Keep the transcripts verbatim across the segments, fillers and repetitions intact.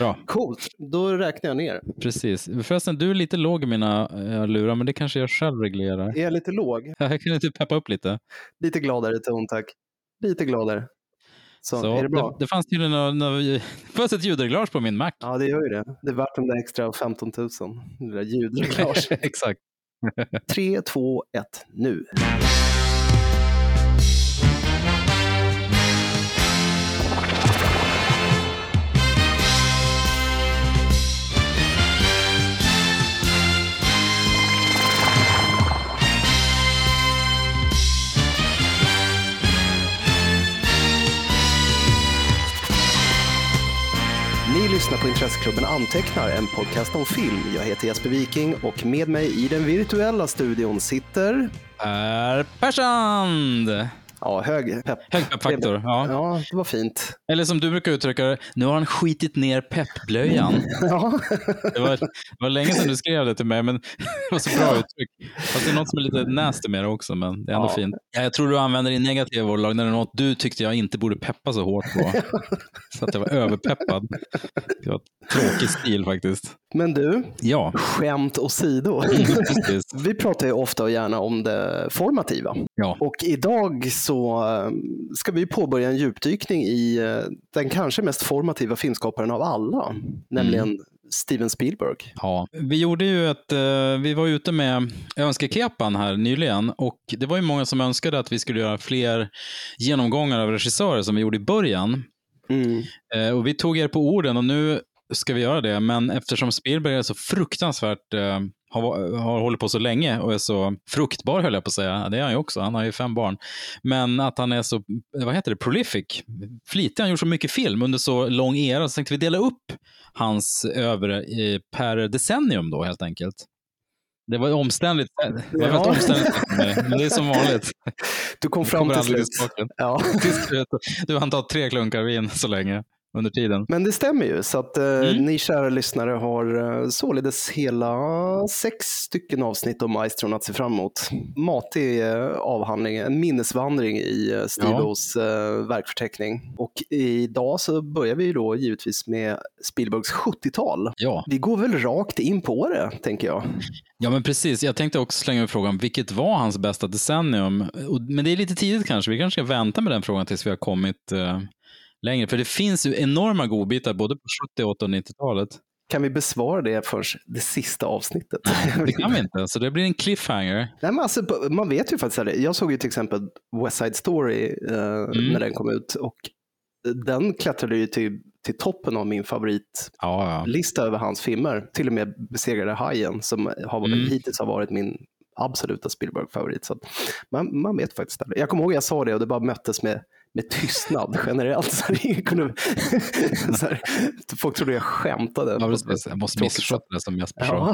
Bra. Coolt, då räknar jag ner. Precis. Förresten, du är lite låg i mina äh, lurar, men det kanske jag själv reglerar. Är jag lite låg? Jag kan inte peppa upp lite. Lite gladare ton, tack. Lite gladare. Så, Så är det bra? Det, det fanns tydligen några, några, det fanns ett ljudreglage på min Mac. Ja, det gör ju det. Det är värt de där extra femton tusen. Det där ljudreglage. Exakt. tre, två, ett, nu. Ni lyssnar på Intresseklubben Antecknar, en podcast om film. Jag heter Jesper Viking och med mig i den virtuella studion sitter... Per Persson! Ja, hög pepp. Hög peppfaktor, ja. Ja, det var fint. Eller som du brukar uttrycka det, nu har han skitit ner peppblöjan. Ja. Det var, det var länge sedan du skrev det till mig, men det var så bra uttryck. Fast det är något som är lite nasty med det också, men det är ändå ja. fint. Jag tror du använder det i negativa ordalag när det är något du tyckte jag inte borde peppa så hårt på. Så att jag var överpeppad. Det var tråkig stil faktiskt. Men du, ja. skämt åsido. Vi pratar ju ofta och gärna om det formativa. Ja. Och idag så ska vi påbörja en djupdykning i den kanske mest formativa filmskaparen av alla, nämligen mm. Steven Spielberg. Ja, vi gjorde ju ett, vi var ute med önskekepan här nyligen och det var ju många som önskade att vi skulle göra fler genomgångar av regissörer som vi gjorde i början. Mm. Och vi tog er på orden och nu ska vi göra det, men eftersom Spielberg är så fruktansvärt eh, har, har hållit på så länge och är så fruktbar, höll jag på att säga, det är han ju också, han har ju fem barn, men att han är så, vad heter det, prolific, flitig, han gjort så mycket film under så lång era, så tänkte vi dela upp hans över eh, per decennium då helt enkelt. Det var omständigt, det var ja. omständigt för mig, men det är som vanligt. Du kom fram till slut. Ja. Du hann ta tre klunkar vin så länge under tiden. Men det stämmer ju, så att eh, mm. ni kära lyssnare har eh, således hela sex stycken avsnitt om Maestron att se fram emot. Matig eh, avhandling, en minnesvandring i eh, Steve-Os ja. eh, verkförteckning. Och idag så börjar vi då givetvis med Spielbergs sjuttiotal. Ja. Vi går väl rakt in på det, tänker jag. Ja, men precis. Jag tänkte också slänga med frågan, vilket var hans bästa decennium? Men det är lite tidigt kanske, vi kanske ska vänta med den frågan tills vi har kommit... Eh... längre, för det finns ju enorma godbitar både på sjuttio-, åttio- och nittiotalet. Kan vi besvara det för det sista avsnittet? Det kan vi inte, så det blir en cliffhanger. Nej, men alltså, man vet ju faktiskt det. Jag såg ju till exempel West Side Story eh, mm. när den kom ut, och den klättrade ju till, till toppen av min favoritlista ja, ja. över hans filmer. Till och med Besegrade hajen som har, mm. hittills har varit min absoluta Spielberg-favorit. Så man, man vet faktiskt det. Jag kommer ihåg jag sa det och det bara möttes med med tystnad generellt. Så här, kunde, så här, folk trodde jag skämtade. Ja, jag måste missförstå det som Jesper sa.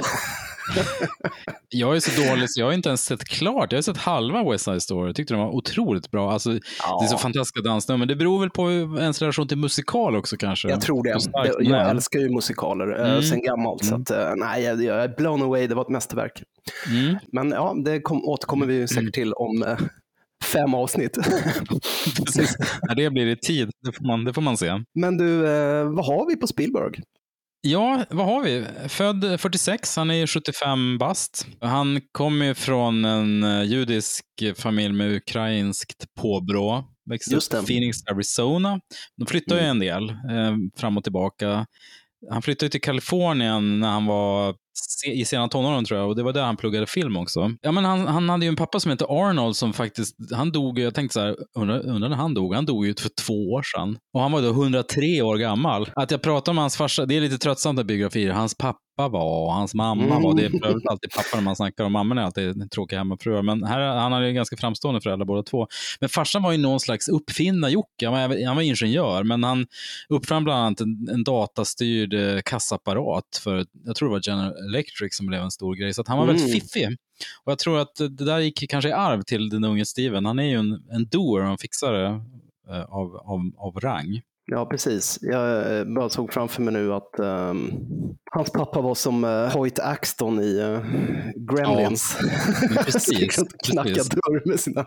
Jag är så dålig så jag har inte ens sett klart. Jag har sett halva West Side Story. Jag tyckte de var otroligt bra. Alltså, ja. Det är så fantastiska dansnummer. Men det beror väl på ens relation till musikal också kanske. Jag tror det. det jag nej. älskar ju musikaler mm. sen gammalt. Mm. Så att, nej, jag, jag är blown away. Det var ett mästerverk. Mm. Men ja, det kom, återkommer vi ju säkert mm. till om... fem avsnitt. Precis. När det blir i tid, det får man, det får man se. Men du, eh, vad har vi på Spielberg? Ja, vad har vi? Född fyrtiosex, han är sjuttiofem bast. Han kommer från en judisk familj med ukrainskt påbrå. Växte upp i Phoenix, Arizona. De flyttade mm. ju en del eh, fram och tillbaka. Han flyttade till Kalifornien när han var i sena tonåren tror jag, och det var där han pluggade film också. Ja, men han, han hade ju en pappa som hette Arnold som faktiskt, han dog, jag tänkte så här, undrar, undrar när han dog, han dog ju för två år sedan. Och han var då hundratre år gammal. Att jag pratar om hans farsa, det är lite tröttsamt med biografier. Hans pappa var och hans mamma mm. var, det är alltid pappa när man snackar om mamman är alltid tråkiga hemmafruar, men här, han hade ju ganska framstående föräldrar båda två. Men farsan var ju någon slags uppfinnar-Jocke, han var, han var ingenjör, men han uppfann bland annat en, en datastyrd eh, kassaapparat för, jag tror det var General Electric som blev en stor grej, så att han var mm. väldigt fiffig. Och jag tror att det där gick kanske i arv till den unge Steven. Han är ju en, en doer och en fixare eh, av, av, av rang. Ja, precis. Jag bara såg framför mig nu att um, hans pappa var som uh, Hoyt Axton i uh, Gremlins. Ja, precis. Knacka dörr med sina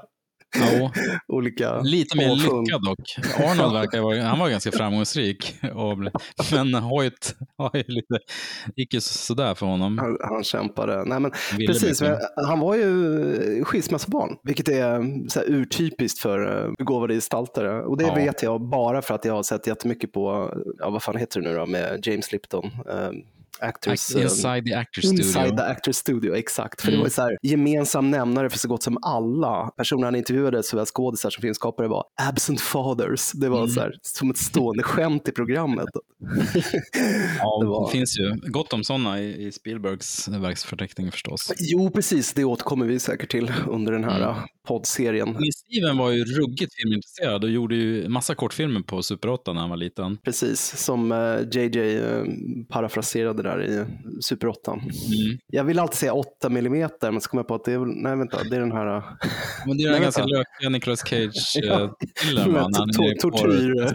Ja, olika lite mer påfund. Lyckad dock. Arnold verkar vara, han var ganska framgångsrik. Och, men Hoyt har ju lite, gick ju sådär för honom. Han, han kämpade. Nej, men precis, men han var ju skilsmässobarn, vilket är så här urtypiskt för begåvade gestaltare. Och det ja. vet jag bara för att jag har sett jättemycket på, ja, vad fan heter det nu då, med James Lipton. Um, Actors, inside the Actors Studio. Inside the Actors Studio, exakt. För mm. det var ju så här, gemensam nämnare för så gott som alla personer han intervjuade, såväl skådisar som filmskapare, var absent fathers. Det var mm. så här, som ett stående skämt i programmet. Ja, det, var... det finns ju gott om sådana i, i Spielbergs verksförteckning förstås. Jo, precis. Det återkommer vi säkert till under den här mm. poddserien. Steven var ju ruggigt filmintresserad och gjorde ju massa kortfilmer på Super åtta när han var liten. Precis, som uh, J J uh, parafraserade där i Super åtta. Mm. Jag vill alltid säga åtta millimeter, men så kommer jag på att det är, nej vänta, det är den här... Men det är den ganska lökiga Nicolas Cage-thrillern. Ja, tortyr,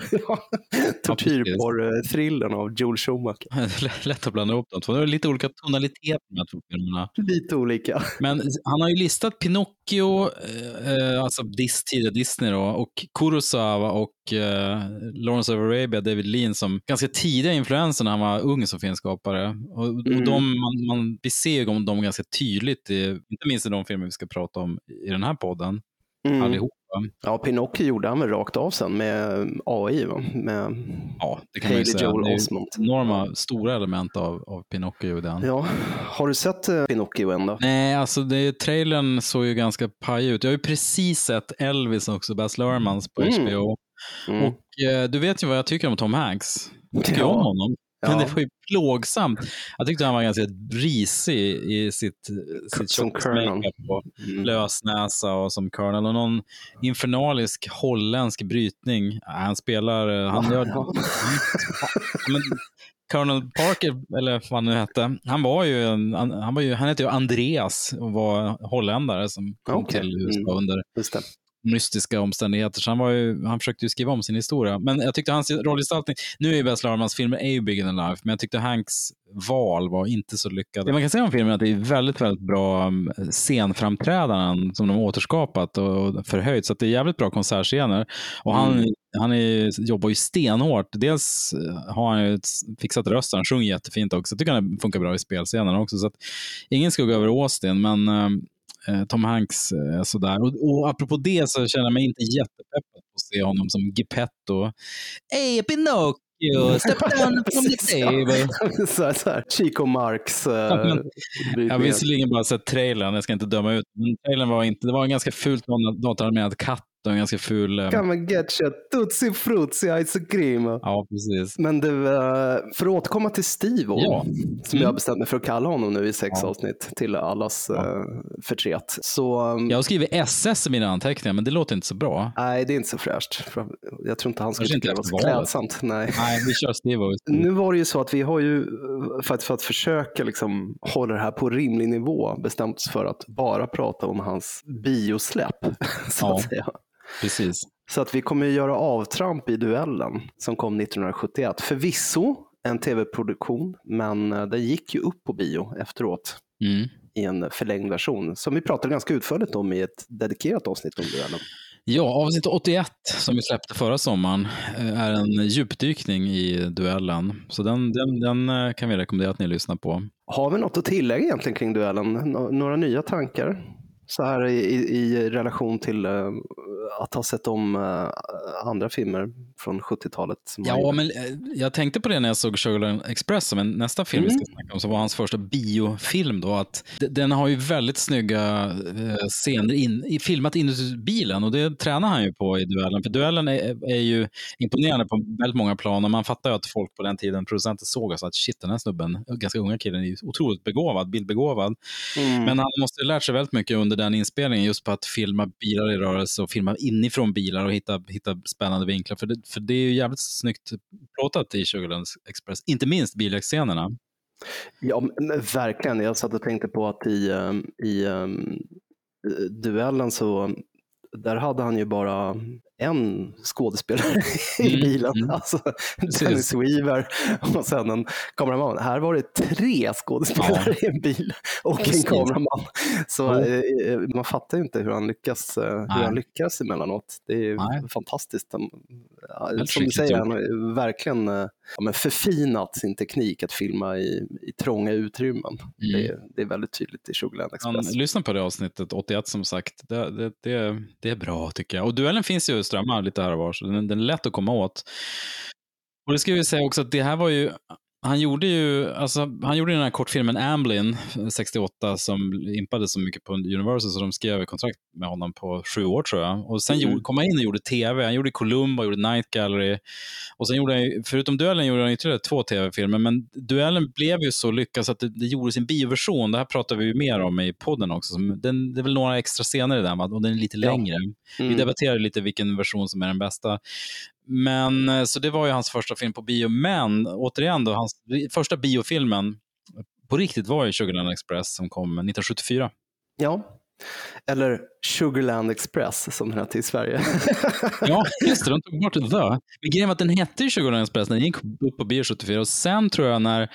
tortyrporr-thrillern av Joel Schumacher. Lätt att blanda ihop dem. Det är lite olika tonaliteter med de två filmerna. Lite olika. Men han har ju listat Pinocchio, eh, alltså Dis, tidiga Disney då, och Kurosawa och eh, Lawrence of Arabia, David Lean som ganska tidiga influenser när han var ung som filmskapare. Och, mm. och de, man, man, vi ser ju dem ganska tydligt, i, inte minst i de filmer vi ska prata om i den här podden. Mm. Allihopa. Ja, Pinocchio gjorde han väl rakt av sen med A I, va? Med ja, det kan man ju säga. Det är enorma, stora element av, av Pinocchio i den. Ja, har du sett uh, Pinocchio än då? Nej, alltså det, trailern såg ju ganska paj ut. Jag har ju precis sett Elvis också, Baz Luhrmanns på mm. H B O. Mm. Och uh, du vet ju vad jag tycker om Tom Hanks. Tycker jag om honom? Ja. Men det var ju plågsamt. Jag tyckte han var ganska risig i sitt, sitt tjocksmakeup och mm. lösnäsa och som Colonel och någon infernalisk holländsk brytning. Han spelar, han gör... Ja. Men, Colonel Parker, eller vad han nu hette, han var ju, en, han var ju, han hette ju Andreas och var holländare som kom okay. till U S A mm. under... Just det. mystiska omständigheter, så han, var ju, han försökte ju skriva om sin historia. Men jag tyckte hans rollgestaltning, nu är ju Baz Luhrmanns filmer är ju Bigger Than Life, men jag tyckte Hanks val var inte så lyckad. Det man kan säga om filmen är att det är väldigt, väldigt bra scenframträdanden som de har återskapat och förhöjt, så att det är jävligt bra konsertscener. Och han, mm. han är, jobbar ju stenhårt. Dels har han ju fixat rösten, han sjunger jättefint också. Jag tycker han funkar bra i spelscenerna också, så att ingen skugga över Austin, men Tom Hanks är sådär. Och, och apropå det så känner jag mig inte jättepeppad på att se honom som Geppetto. Hey, Pinocchio, step down from the table. så här, så här. Chico Marx. Uh, ja, jag har visserligen bara sett trailern, jag ska inte döma ut. Men trailern var inte, det var en ganska fult datoranimerad katt. En ganska ful... Come and get you, tutsi frutsi ice cream. Ja, precis. Men du, för att återkomma till Steve, ja. som mm. jag har bestämt mig för att kalla honom nu i sex ja. avsnitt till allas ja. uh, förtret. Så, jag har skrivit S S i mina anteckningar, men det låter inte så bra. Nej, det är inte så fräscht. Jag tror inte han skulle tycka det var så klädsamt. Nej. Nej, vi kör Steve. Nu var det ju så att vi har ju, för att, för att försöka liksom hålla det här på rimlig nivå, bestämt oss för att bara prata om hans biosläpp, så ja. att säga. Precis. Så att vi kommer att göra avtramp i Duellen som kom nittonhundrasjuttioett. Förvisso en tv-produktion, men den gick ju upp på bio efteråt mm. i en förlängd version som vi pratade ganska utförligt om i ett dedikerat avsnitt om Duellen. Ja, avsnitt åttioett som vi släppte förra sommaren är en djupdykning i Duellen. Så den, den, den kan vi rekommendera att ni lyssnar på. Har vi något att tillägga egentligen kring Duellen? Några nya tankar? Så här i, i, i relation till uh, att ha sett om uh, andra filmer från sjuttiotalet. Ja, men jag tänkte på det när jag såg Sugarland Express, men nästa film mm. vi ska snacka om, så var hans första biofilm då, att d- den har ju väldigt snygga uh, scener in, filmat inuti bilen, och det tränar han ju på i Duellen, för Duellen är, är ju imponerande på väldigt många plan, och man fattar ju att folk på den tiden, producenter, såg alltså att shit, den här snubben, ganska unga killen, är ju otroligt begåvad, bildbegåvad, mm. men han måste ha lärt sig väldigt mycket under den inspelningen just på att filma bilar i rörelse och filma inifrån bilar och hitta, hitta spännande vinklar, för det, för det är ju jävligt snyggt plåtat i Sugarland Express, inte minst biljaktsscenerna. Ja, men verkligen. Jag satt och tänkte på att i, i um, Duellen så där hade han ju bara en skådespelare i mm, bilen. Mm. Alltså Dennis Weaver och sen en kameraman. Här var det tre skådespelare ja. i en bil och Precis. en kameraman. Så oh. man fattar ju inte hur han lyckas, hur han lyckas emellanåt. Det är ju Nej. fantastiskt. Ja, som du säger, han har verkligen ja, men förfinat sin teknik att filma i, i trånga utrymmen. Mm. Det, det är väldigt tydligt i Sugarland Express. Han lyssnar på det avsnittet åttioett som sagt. Det, det, det, det är bra tycker jag. Och duellen finns ju strömmar lite här och var, så den, den är lätt att komma åt. Och det ska vi säga också att det här var ju, han gjorde ju, alltså han gjorde den här kortfilmen Amblin sextioåtta som impade så mycket på Universal så de skrev kontrakt med honom på sju år tror jag. Och sen mm. gjorde, kom han in och gjorde tv. Han gjorde Columba, gjorde Night Gallery. Och sen gjorde han, förutom duellen gjorde han ytterligare två tv-filmer. Men duellen blev ju så lyckad så att det, det gjorde sin bioversion. Det här pratar vi ju mer om i podden också. Den, det är väl några extra scener i den va? Och den är lite ja. längre. Mm. Vi debatterar lite vilken version som är den bästa. Men så det var ju hans första film på bio. Men återigen då, hans första biofilmen på riktigt var ju Sugarland Express som kom nittonhundrasjuttiofyra. Ja, eller Sugarland Express som den hette i Sverige. Ja, just det, de tog bort det där. Men grejen var att den hette ju Sugarland Express när den gick upp på bio sjuttiofyra. Och sen tror jag när,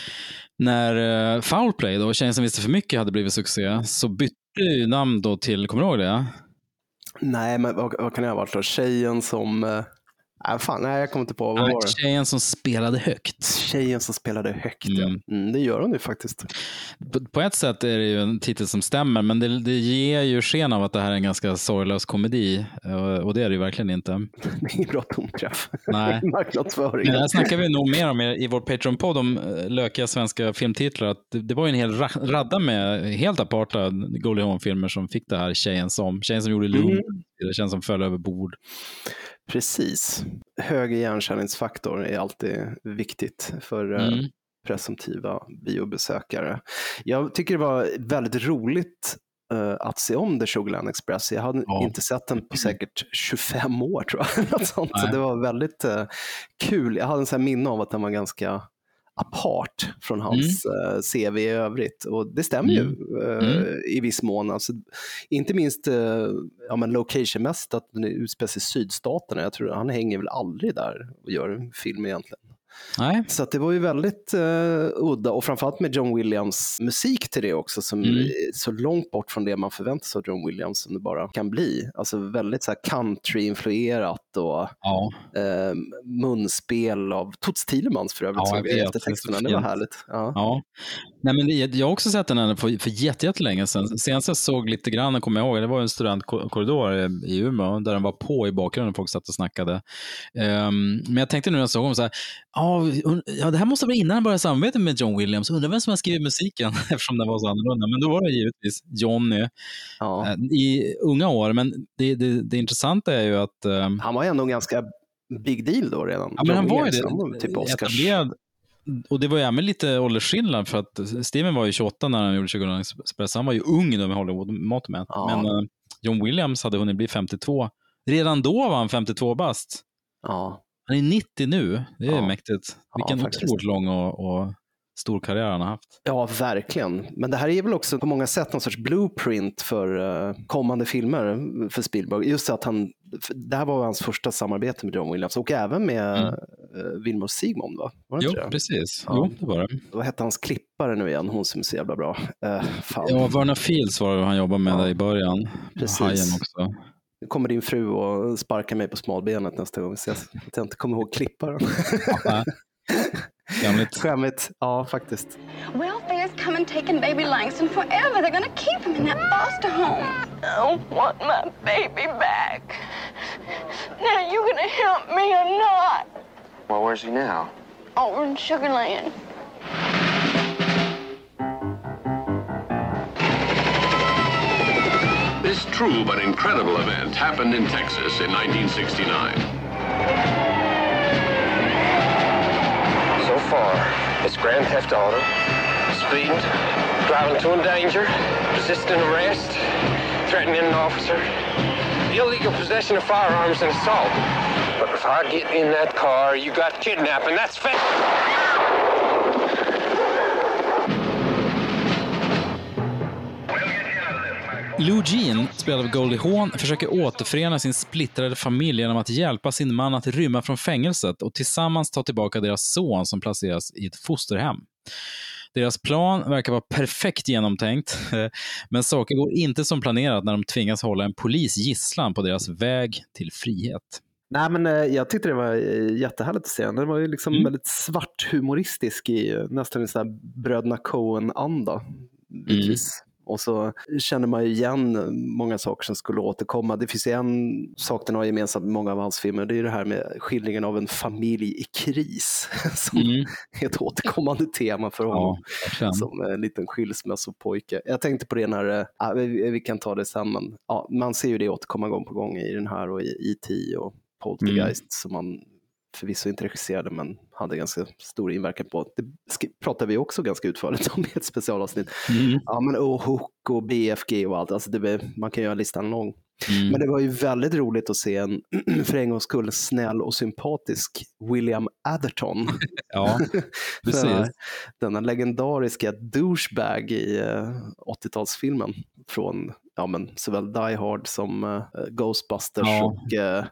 när uh, Foul Play då, Tjejen som visste för mycket hade blivit succé, så bytte ju namn då till, kommer du ihåg det? Nej, men vad, vad kan det ha varit då? Tjejen som... Uh... Nej, fan, nej, jag kommer inte på. Vad var det? Tjejen som spelade högt. Tjejen som spelade högt, mm. ja. Mm, det gör hon ju faktiskt. På, på ett sätt är det ju en titel som stämmer, men det, det ger ju sken av att det här är en ganska sorglös komedi. Och, och det är det ju verkligen inte. Det är ingen bra tomträff. Nej. Marknadsföring. Men här snackar vi nog mer om i vår Patreon-podd om lökiga svenska filmtitlar. Att det, det var ju en hel radda med helt aparta Goldie Hawn-filmer som fick det här Tjejen som. Tjejen som gjorde Loom. Mm. Det känns som föll över bord. Precis. Hög igenkänningsfaktor är alltid viktigt för mm. presumtiva biobesökare. Jag tycker det var väldigt roligt uh, att se om The Sugarland Express. Jag hade ja. inte sett den på säkert tjugofem år tror jag. Något sånt. Så det var väldigt uh, kul. Jag hade en sån här minne av att den var ganska apart från hans mm. uh, C V i övrigt. Och det stämmer mm. ju uh, mm. i viss mån. Alltså, inte minst uh, ja, men location-mässigt att den utspelar sig i sydstaterna. Jag tror han hänger väl aldrig där och gör en film egentligen. Nej. Så att det var ju väldigt uh, udda och framförallt med John Williams musik till det också som mm. är så långt bort från det man förväntar sig av John Williams som det bara kan bli. Alltså väldigt så här country-influerat och ja. uh, munspel av Toots Thielemans för övrigt ja, jag vet, efter texterna. Det, det var härligt. Ja. Ja. Nej, men det, jag har också sett den här för, för jättelänge sedan. Senast jag såg lite grann, kommer jag ihåg, det var en studentkorridor i Umeå där den var på i bakgrunden och folk satt och snackade. Um, men jag tänkte nu när jag såg om så här, ja, det här måste vara innan han började samarbeta med John Williams. Undrar vem som har skrivit musiken eftersom den var så annorlunda. Men då var det givetvis Johnny ja. eh, i unga år. Men det, det, det intressanta är ju att... Eh, han var ändå en ganska big deal då redan. Ja, men han var ju det. Typ Oscars. Och det var ju även lite åldersskillnad för att Steven var ju tjugoåtta när han gjorde Sugarland Express. Han var ju ung då med Hollywood-mått med. Ja. Men eh, John Williams hade hunnit bli femtiotvå. Redan då var han femtiotvå bast. Ja. Han är nittio nu. Det är ja. mäktigt. Vilken ja, otroligt lång och, och stor karriär han har haft. Ja, verkligen. Men det här är väl också på många sätt någon sorts blueprint för uh, kommande filmer för Spielberg. Just att han, det här var hans första samarbete med John Williams och även med mm. uh, Vilmos Zsigmond, va? Var det jo, inte det? precis. Ja. Jo, det var det. Vad hette hans klippare nu igen? Hon som är så jävla bra. Uh, fan. Ja, Verna Fields var det han jobbade med ja. där i början. Precis. Hajen också. Nu kommer din fru och sparkar mig på smalbenet nästa gång. Så jag inte kommer ihåg klipparen. Skämmigt. Skämmigt, ja faktiskt. Welfare's come and taken baby Langston forever. They're gonna keep him in that foster home. I don't want my baby back. Now are you gonna help me or not? Well, where's he now? Over in Sugarland. This true but incredible event happened in Texas in nineteen sixty-nine. So far, it's grand theft auto, speeding, driving to endanger, resisting arrest, threatening an officer, illegal possession of firearms, and assault. But if I get in that car, you got kidnapping. That's fair. Lou Jean, spelad av Goldie Hawn, försöker återförena sin splittrade familj genom att hjälpa sin man att rymma från fängelset och tillsammans ta tillbaka deras son som placeras i ett fosterhem. Deras plan verkar vara perfekt genomtänkt, men saker går inte som planerat när de tvingas hålla en polis gisslan på deras väg till frihet. Nej, men jag tyckte det var jättehärligt att se. Den var ju liksom mm. väldigt svart humoristisk i nästan en sån här Bröderna Coen-anda. Mm. Och så känner man ju igen många saker som skulle återkomma. Det finns en sak den har gemensamt med många av hans filmer. Det är det här med skildringen av en familj i kris. Som mm. är ett återkommande tema för honom. Ja, som en liten skilsmässopojke. Jag tänkte på det när, ja, vi, vi kan ta det sen. Men, ja, man ser ju det återkomma gång på gång i den här och i E T och Poltergeist mm. som man förvisso inte regisserade men hade ganska stor inverkan på. Det pratar vi också ganska utförligt om i ett specialavsnitt. Mm. Ja, men och Hook och B F G och allt. Alltså det, man kan göra listan lång. Mm. Men det var ju väldigt roligt att se en för en gångs skull snäll och sympatisk William Atherton. Ja, precis. denna, denna legendariska douchebag i uh, åttiotalsfilmen från ja, men, såväl Die Hard som uh, Ghostbusters ja. och uh,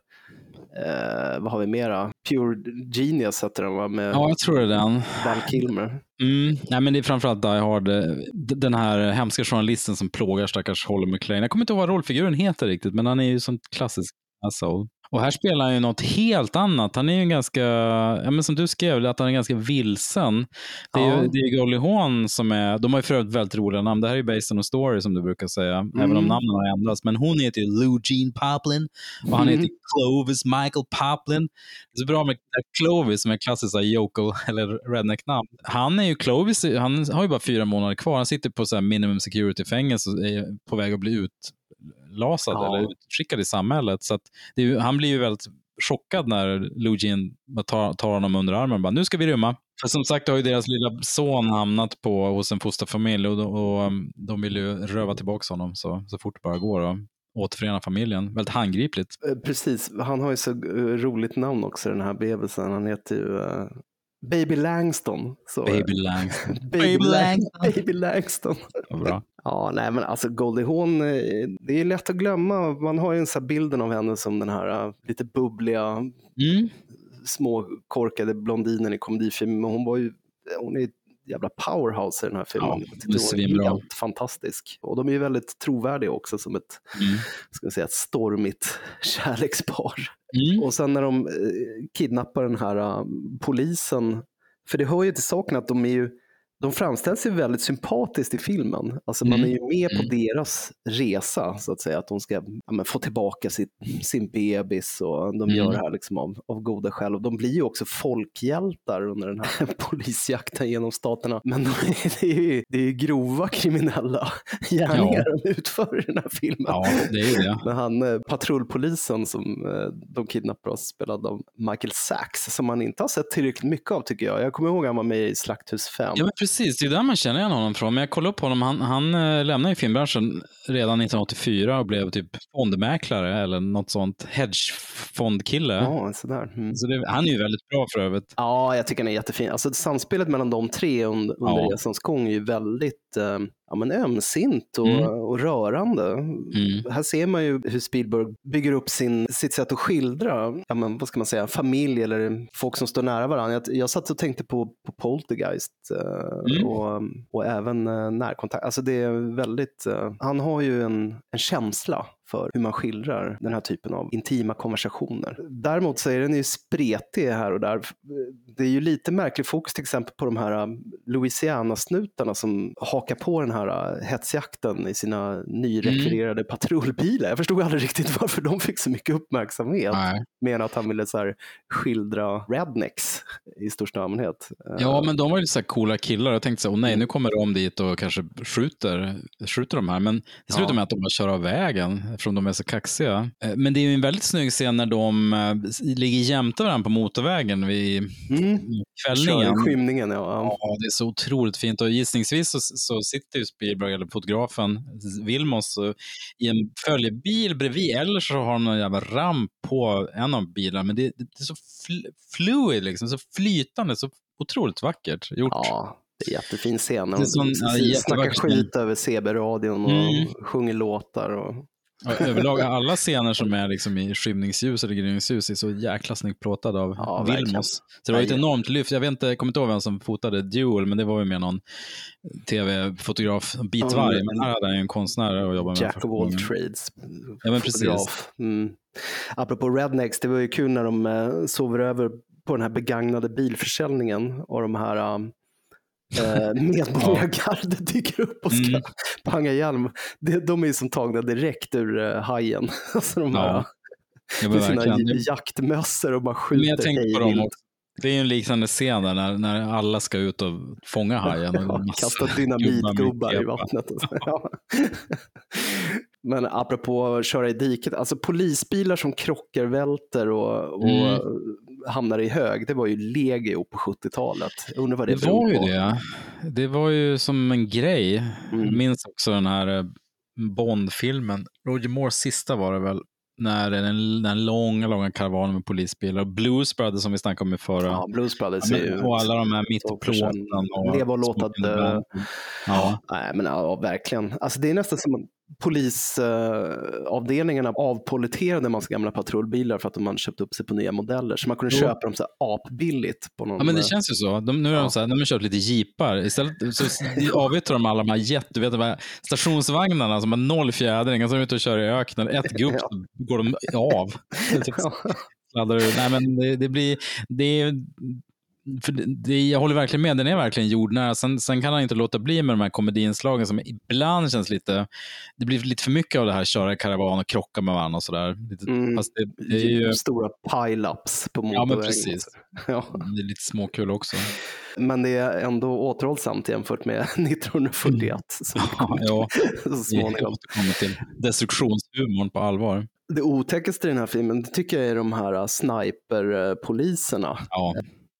Uh, vad har vi mera? Pure Genius heter den, va? Med ja, jag tror det är den. Val Kilmer. Mm. Nej, men det är framförallt Die Hard. Den här hemska journalisten som plågar stackars Holly McClane. Jag kommer inte ihåg vad rollfiguren heter riktigt, men han är ju sånt klassisk asshole. Och här spelar han ju något helt annat. Han är ju ganska, ja, men som du skrev, att han är ganska vilsen. Det är ja. ju det är Goldie Hawn som är, de har ju för övrigt väldigt roliga namn. Det här är ju based on a story som du brukar säga, mm. även om namnen har ändrats. Men hon heter ju Lou Jean Poplin och han mm. heter Clovis Michael Poplin. Det är så bra med Clovis som är klassiskt yokel eller redneck-namn. Han är ju Clovis, han har ju bara fyra månader kvar. Han sitter på så här minimum security-fängelse och är på väg att bli ut lasad ja. eller utskickad i samhället. Så att det är, han blir ju väldigt chockad när Lou Jean tar, tar honom under armen och bara, nu ska vi rymma. För som sagt har ju deras lilla son hamnat på hos en fosterfamilj och, och, och de vill ju röva tillbaka honom så, så fort det bara går och återförena familjen. Väldigt handgripligt. Precis, han har ju så roligt namn också, den här bebisen. Han heter ju uh... Baby Langston. Så. Baby Langston. Baby, Baby Langston. Baby Langston. Ja, bra. Ja, nej men alltså Goldie Hawn, det är lätt att glömma. Man har ju en sån här bilden av henne som den här uh, lite bubbliga, mm. små korkade blondinen i komedifilmen. Men hon var ju, hon är jävla powerhouse i den här filmen. Ja, det är helt fantastisk. Och de är ju väldigt trovärdiga också som ett, mm. ska jag säga, ett stormigt kärlekspar. Mm. Och sen när de eh, kidnappar den här uh, polisen, för det hör ju till saken att de är ju de framställs ju väldigt sympatiskt i filmen. Alltså man är ju med på deras resa så att säga. Att de ska ja, men, få tillbaka sitt, sin bebis och de gör det här liksom av, av goda skäl. Och de blir ju också folkhjältar under den här polisjakten genom staterna. Men de, det, är ju, det är ju grova kriminella gärningar ja. de utför i den här filmen. Ja, det är ju det. Men han, patrullpolisen som de kidnappar oss spelade av Michael Sachs, som man inte har sett tillräckligt mycket av tycker jag. Jag kommer ihåg att han var med i Slakthus fem. Ja, men precis. Det är där man känner igen honom från. Men jag kollade upp honom. Han, han äh, lämnade ju filmbranschen redan nittonhundraåttiofyra och blev typ fondmäklare eller något sånt. Hedgefondkille. Ja, sådär. Mm. Så det, han är ju väldigt bra för övrigt. Ja, jag tycker han är jättefin. Alltså samspelet mellan de tre under, under ja. resans gång är ju väldigt äh, ja, men ömsint och, mm. och rörande. Mm. Här ser man ju hur Spielberg bygger upp sin, sitt sätt att skildra ja, men, vad ska man säga, familj eller folk som står nära varandra. Jag, jag satt och tänkte på, på Poltergeist äh, mm. och, och även äh, närkontakt. Alltså det är väldigt, äh, han har ju en, en känsla för hur man skildrar den här typen av intima konversationer. Däremot så är den ju spretig här och där. Det är ju lite märklig fokus till exempel på de här Louisiana-snutarna som hakar på den här hetsjakten i sina nyrekvirerade mm. patrullbilar. Jag förstod aldrig riktigt varför de fick så mycket uppmärksamhet. Nej. Men att han ville så här skildra rednecks i största allmänhet. Ja, men de var ju så här coola killar. Jag tänkte så, åh nej, nu kommer de dit och kanske skjuter, skjuter de här. Men det slutar ja. med att de bara kör av vägen. Eftersom de är så kaxiga. Men det är ju en väldigt snygg scen när de ligger jämte varandra på motorvägen vid mm. kvällningen. Skymningen, ja. Ja, det är så otroligt fint. Och gissningsvis så, så sitter ju Spielberg eller fotografen Vilmos i en följebil bredvid. Eller så har de en jävla ramp på en av bilarna. Men det, det är så fl- fluid liksom, så flytande, så otroligt vackert gjort. Ja, Det är jättefin scen. De ja, snackar skit över C B-radion och mm. sjunger låtar. Och... Ja, överlag alla scener som är liksom i skymningsljus eller gryningsljus är så jäkla snyggt plåtad av ja, Vilmos. Så det var ju ett enormt lyft. Jag vet inte, jag kommer inte ihåg vem som fotade Duel, men det var ju med någon tv-fotograf, bitvarg. Mm. Men här hade han ju en konstnär att jobba med. Jack of all trades. Ja, men precis. Mm. Apropå Rednecks, det var ju kul när de uh, sover över på den här begagnade bilförsäljningen och de här... Um... medborgargarde dyker upp och ska mm. panga hjälm. De, de är ju som tagna direkt ur uh, hajen. Alltså de här ja, med sina j- jaktmössor och bara skjuter. Men jag tänkte på dem också. Det är ju en liknande scen där när, när alla ska ut och fånga hajen. Och ja, kasta dynamitgubbar i vattnet. Ja. Men apropå att köra i diket, alltså polisbilar som krockar, välter och, och mm. hamnar i hög, det var ju legio på sjuttiotalet. Jag undrar vad det, det var ju på. det. Det var ju som en grej. Mm. Jag minns också den här Bond-filmen. Roger Moores sista var det väl. När den, den långa, långa karavanen med polisbilar. Blues Brothers som vi snackade om i förra. Ja, Blues Brothers ja, är ju... Och alla de här mitt i plåten. Leva och låta att... Ja. Nej, men ja, verkligen. Alltså det är nästan som en polisavdelningarna uh, avpoliterade en massa gamla patrullbilar för att de hade köpt upp sig på nya modeller. Så man kunde jo. köpa dem så här apbilligt. På någon, ja, men det känns ju så. De, nu är ja. de så här, de har köpt lite jeepar. Istället så avyttrar de alla de här jätte, du vet, de här stationsvagnarna som har noll fjädring. Som är ute och kör i öknen. Ett gupp ja. går de av. Typ, nej, men det, det blir... Det är... För det, jag håller verkligen med, den är verkligen jordnära. Sen, sen kan han inte låta bli med de här komediinslagen som ibland känns lite, det blir lite för mycket av det här, köra karavan och krocka med varandra och sådär. Mm. Fast det, det är ju stora pile-ups på motorvägen. Ja, men precis. Ja. Det är lite småkul också. Men det är ändå återhållsamt jämfört med nittonhundrafyrtioett. Som ja, ja. Så småningom kommer till destruktionshumorn på allvar. Det otäckaste i den här filmen, det tycker jag är de här sniperpoliserna. Ja.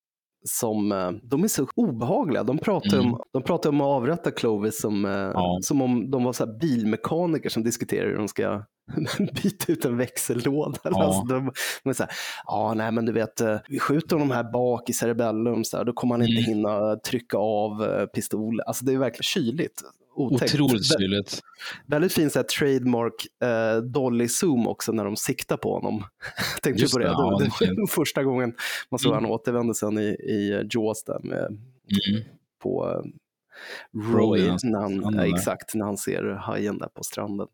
Som, de är så obehagliga. De pratar, mm. om, de pratar om att avrätta Clovis som, ja. som om de var så här bilmekaniker som diskuterar hur de ska byta ut en växellåda. Ja. Alltså de, de är så här, ja nej men du vet, vi skjuter honom här bak i cerebellum, så här, då kommer han inte mm. hinna trycka av pistolen. Alltså det är verkligen kyligt. Otäckt. Otroligt kyligt. Väldigt fin så här, trademark eh, dolly zoom också när de siktar på honom. Tänkte du på det? det, ja, det, det första gången man såg mm. han återvände sen i, i Jaws där med, mm. på eh, Roy, Roy när han, äh, exakt, när han ser hajen där på stranden.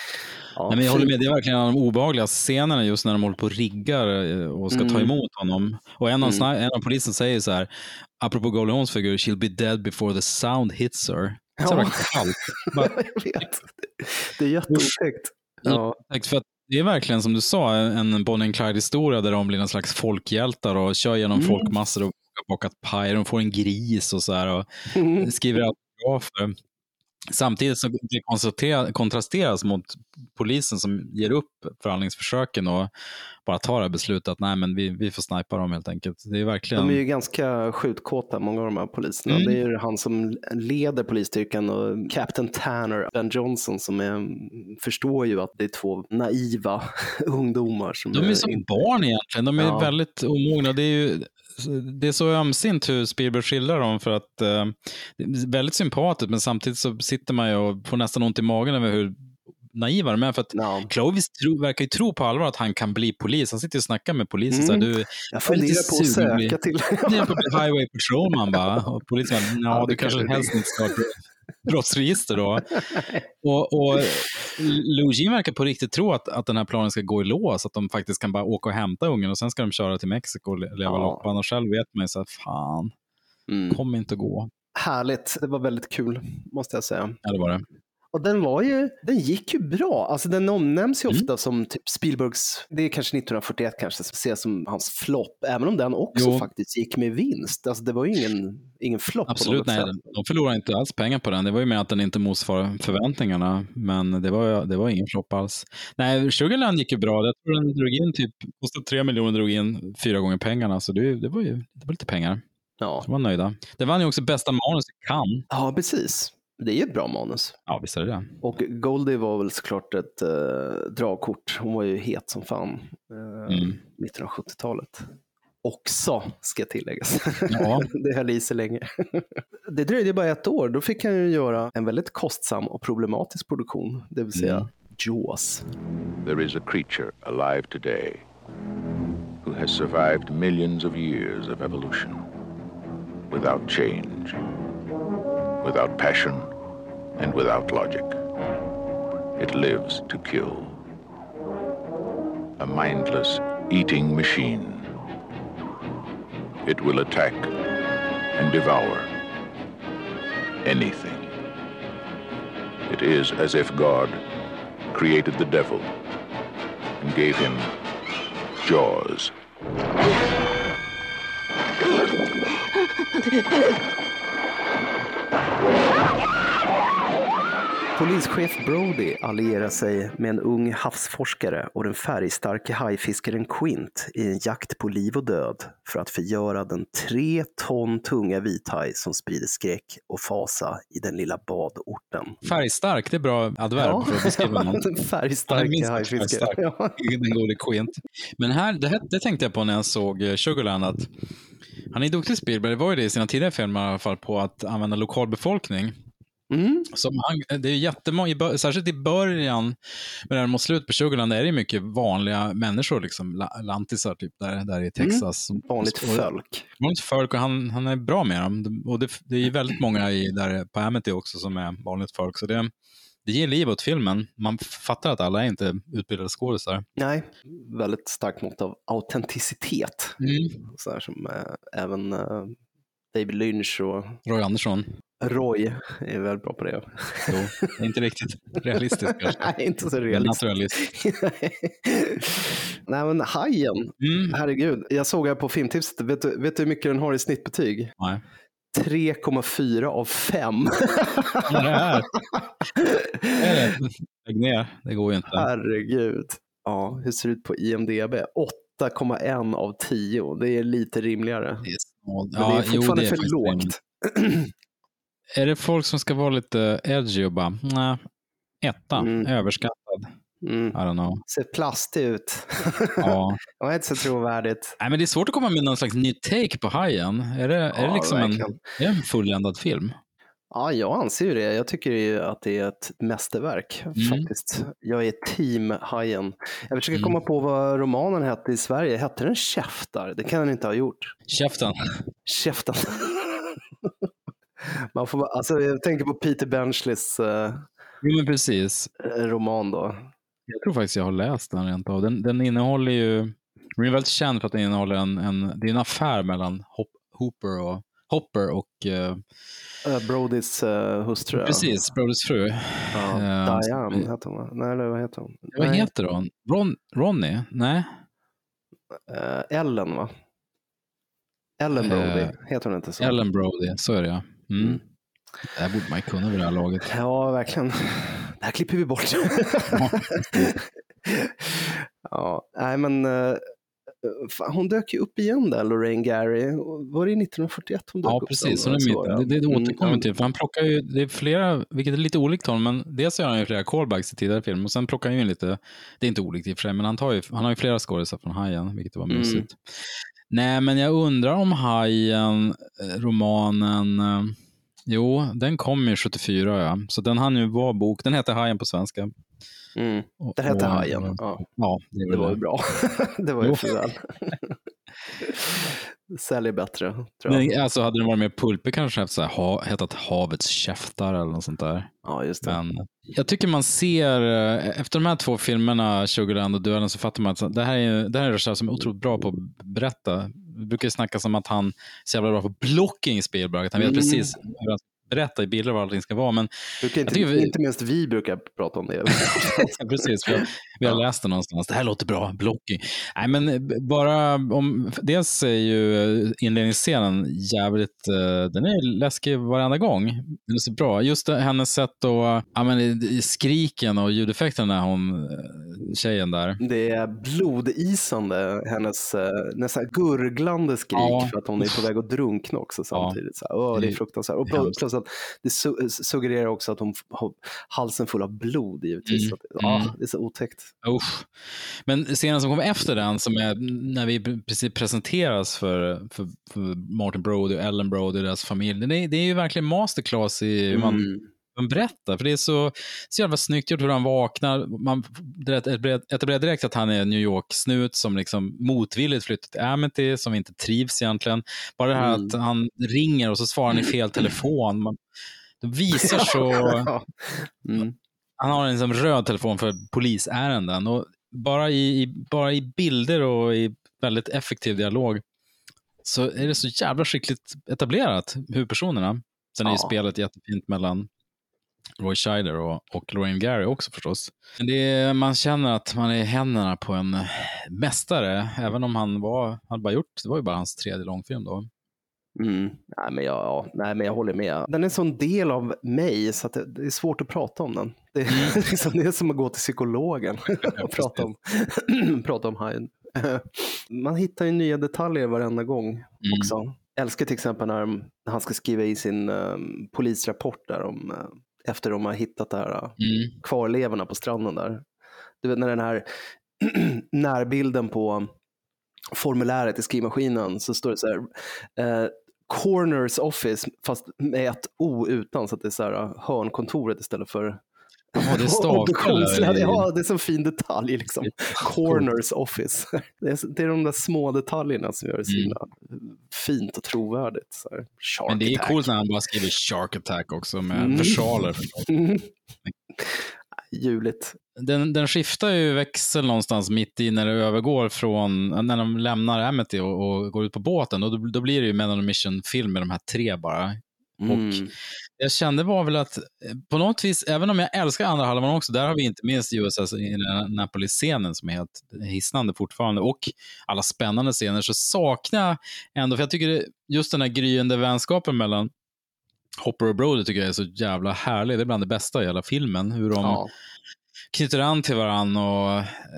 Ja, nej, men jag håller med, det är verkligen en av de obehagliga scenerna just när de håller på och riggar och ska mm. ta emot honom. Och en av, mm. en av polisen säger så här, apropå Goldie Hawns figur, she'll be dead before the sound hits her. Så ja. Allt. Bara, jag vet. Det är jätteotäckt. Ja. För att det är verkligen som du sa en Bonnie and Clyde-historia där de blir en slags folkhjältar och kör genom mm. folkmassor och bakat paj. De får en gris och så här och mm. skriver autografer. Samtidigt så det kontrasteras mot polisen som ger upp förhandlingsförsöken och bara tar det här beslutet att nej, men vi, vi får snipa dem helt enkelt. Det är verkligen... De är ju ganska skjutkåta, många av de här poliserna. Mm. Det är ju han som leder polisstyrkan och Captain Tanner, Ben Johnson, som är, förstår ju att det är två naiva ungdomar. Som de är, är som in... barn egentligen. De är ja. väldigt omogna. Det är ju det är så ömsint hur Spielberg skildrar dem, för att eh, det är väldigt sympatiskt, men samtidigt så sitter man ju och får nästan ont i magen över hur naiva de är, för att no. Clovis tro, verkar ju tro på allvar att han kan bli polis. Han sitter och snackar med polisen. Mm. Så här, du, jag funderar på att söka bli, till det. På highway patrolman bara. Och polisen bara, ja, du kanske helst inte ska brottsregister då. och, och Lugin verkar på riktigt tro att, att den här planen ska gå i lås, att de faktiskt kan bara åka och hämta ungen och sen ska de köra till Mexiko och leva ja. loppan, och själv vet man ju så att fan, mm. kommer inte att gå. Härligt, det var väldigt kul måste jag säga. Ja, det var det. Och den var ju, den gick ju bra. Alltså den omnämns ju mm. ofta som typ Spielbergs, det är kanske nittonhundrafyrtioett kanske, som ses som hans flopp, även om den också jo. faktiskt gick med vinst. Alltså det var ju ingen, ingen flopp. Absolut, nej. Sätt. De förlorade inte alls pengar på den. Det var ju med att den inte motsvarade förväntningarna, men det var, det var ingen flopp alls. Nej, Sugarland gick ju bra. Jag tror den drog in typ, kostade tre miljoner, drog in fyra gånger pengarna, så det, det var ju det var lite pengar. Ja. De var nöjda. Det vann ju också bästa manus i Cannes. Ja, precis. Det är ju ett bra manus. Ja, visst är det det. Och Goldie var väl såklart ett eh, dragkort. Hon var ju het som fan eh, mm. mitten av sjuttiotalet. också, ska tilläggas. Ja. Det höll i sig länge. Det dröjde bara ett år. Då fick han ju göra en väldigt kostsam och problematisk produktion. Det vill säga mm. Jaws. There is a creature alive today who has survived millions of years of evolution without change, without passion, and without logic. It lives to kill. A mindless eating machine. It will attack and devour anything. It is as if God created the devil and gave him jaws. Polischef Brody allierar sig med en ung havsforskare och den färgstarke hajfiskaren Quint i en jakt på liv och död för att förgöra den tre ton tunga vithaj som sprider skräck och fasa i den lilla badorten. Färgstark, det är bra adverb ja. För att beskriva någon. Den färgstarke hajfiskaren. Ja. Den gode Quint. Men här, det, här, det tänkte jag på när jag såg Sugarland, att han är duktig Spielberg, det var ju det i sina tidigare filmer i alla fall, på att använda lokalbefolkning. Mm. Som han, det är jättemånga, särskilt i början, men mot slut på Sugarland är det mycket vanliga människor, liksom lantisar typ där, där i Texas. Mm. Vanligt folk. Vanligt folk, och han, han är bra med dem. Och det, det är väldigt många i, där på Amity också som är vanligt folk. Så det, det ger liv åt filmen. Man fattar att alla är inte utbildade skådespelare. Nej, väldigt starkt mått av autenticitet. Mm. Så här som äh, även äh, David Lynch och Roy Andersson. Roy är väldigt bra på det. Jo, det är inte riktigt realistiskt kanske. Nej, inte så realistiskt. Nej, men Hajen, mm. herregud. Jag såg här på filmtipset, vet du, vet du hur mycket den har i snittbetyg? Nej. tre komma fyra av fem. Vad är det här? Lägg ner, det går ju inte. Herregud. Ja, hur ser det ut på I M D B? åtta komma ett av tio. Det är lite rimligare. Det är, ja, men det är fortfarande jo, det är för lågt. Är det folk som ska vara lite edgy och bara, nej, etta, mm. överskattad. Mm. I don't know. Ser plastig ut. Ja. Det var inte så trovärdigt. Nej, men det är svårt att komma med någon slags ny take på Hajen. Är det, ja, är det liksom en, är en fulländad film? Ja, jag anser ju det. Jag tycker ju att det är ett mästerverk mm. faktiskt. Jag är team Hajen. Jag försöker mm. komma på vad romanen hette i Sverige. Hette den Käftar? Det kan den inte ha gjort. Käften. Käften. Man får, alltså, jag tänker på Peter Benchleys uh, jo, men precis. roman då. Jag tror faktiskt jag har läst den rent av. Den, den innehåller ju, den är väldigt känd för att den innehåller en, en, det är en affär mellan Hop, Hooper och Hopper och uh, uh, Brodys uh, hustru. Precis, Brodys fru. Ja, uh, Diane uh, heter hon. Nej, eller vad heter hon? Vad Nej. heter hon? Ron, Ronny? Nej. Uh, Ellen, va? Ellen Brody, uh, heter hon inte så? Ellen Brody, så är det ja. Mm. Mm. Det här borde man ju kunna vid det här laget. Ja, verkligen. Det här klipper vi bort. Ja, ja nej men uh, fan, hon dök ju upp igen där, Lorraine Gary. Var det nittonhundrafyrtioett hon dök ja, upp? Precis, så så, det, det, det återkommer mm. till. För han plockar ju, det är flera, vilket är lite olikt honom, men dels gör han ju flera callbacks i tidigare film och sen plockar han ju in lite, det är inte olikt i och för sig, men han, tar ju, han har ju flera skådespelare från Hajen, vilket var mysigt. Mm. Nej, men jag undrar om Hajen, romanen, eh, jo, den kom ju sjuttiofyra, ja. Så den hann ju vara bok, den heter Hajen på svenska. Mm. Den heter och, Hajen, ja. Ja, det, det var ju bra. Det var ju för väl. Säljer bättre, tror jag. Men, alltså hade den varit mer pulpig kanske haft så här, ha, hetat Havets käftar eller något sånt där. Ja, just det. Men jag tycker man ser, efter de här två filmerna, Sugarland och Döden, så fattar man att det här är, det här är en regissör som är otroligt bra på att berätta. Vi brukar ju snacka som att han är så jävla bra på blocking i Spielberg, att han vet mm. precis hur han berätta i bilder vad allting ska vara. Men inte, jag vi... inte minst vi brukar prata om det. Precis, vi har, vi har ja. läst det någonstans. Det här låter bra, blocking. Nej, men bara om, dels är ju inledningsscenen jävligt, den är läskig varenda gång. Den är så bra. Just det, hennes sätt och ja, men, skriken och ljudeffekten när hon, tjejen där. Det är blodisande, hennes nästan gurglande skrik ja. för att hon är på väg att drunkna också samtidigt. Ja. Så här, åh, det är fruktansvärt. Och plus att att det su- suggererar också att hon har halsen full av blod givetvis. Mm. Att, ja, Mm. det är så otäckt. Usch. Men scenen som kommer efter den, som är när vi precis presenteras för, för, för Martin Brody och Ellen Brody och deras familj, det är, det är ju verkligen masterclass i hur man Mm. man berättar, för det är så, så jävla snyggt gjort hur han vaknar. Man etablerar direkt att han är New York-snut som liksom motvilligt flyttat till Amity, som inte trivs egentligen. Bara det här mm. att han ringer och så svarar han i fel telefon. Man, det visar så... mm. Han har en liksom röd telefon för polisärenden, och bara i, i, bara i bilder och i väldigt effektiv dialog så är det så jävla skickligt etablerat huvudpersonerna. Sen är ju ja. spelet jättefint mellan Roy Scheider och, och Lorraine Gary också förstås. Men det är, man känner att man är i händerna på en mästare, även om han var, hade bara gjort, det var ju bara hans tredje långfilm då. Mm. Nej, men jag, ja, nej, men jag håller med. Den är en sån del av mig så att det, det är svårt att prata om den. Det är, mm. liksom, det är som att gå till psykologen och prata om, prata om hajen. Man hittar ju nya detaljer varenda gång mm. också. Jag älskar till exempel när, när han ska skriva i sin um, polisrapport där om, uh, efter de har hittat det här, uh, mm. kvarlevorna på stranden där. Du vet när den här närbilden på formuläret i skrivmaskinen så står det så här uh, Corners Office fast med ett O utan, så att det är så här uh, hörnkontoret istället för oh, det är stavkläder. Ja, det är så fin detalj liksom. Corners Office. Det är, det är de där små detaljerna som gör det så mm. fint och trovärdigt. Så här, men det är attack. Coolt när han bara skriver Shark Attack också med mm. versaler. Mm. Juligt. Den, den skiftar ju växel någonstans mitt i när det övergår från, när de lämnar Amity och, och går ut på båten. Och då, då blir det ju Men on a Mission-film med de här tre bara. Mm. Och jag kände var väl att på något vis, även om jag älskar andra halvan också, där har vi inte minst U S S i den Napoli-scenen som är helt hisnande fortfarande, och alla spännande scener, så saknar jag ändå, för jag tycker det, just den här gryende vänskapen mellan Hopper och Brody tycker jag är så jävla härlig. Det är bland det bästa i hela filmen, hur de ja. knyter an till varann och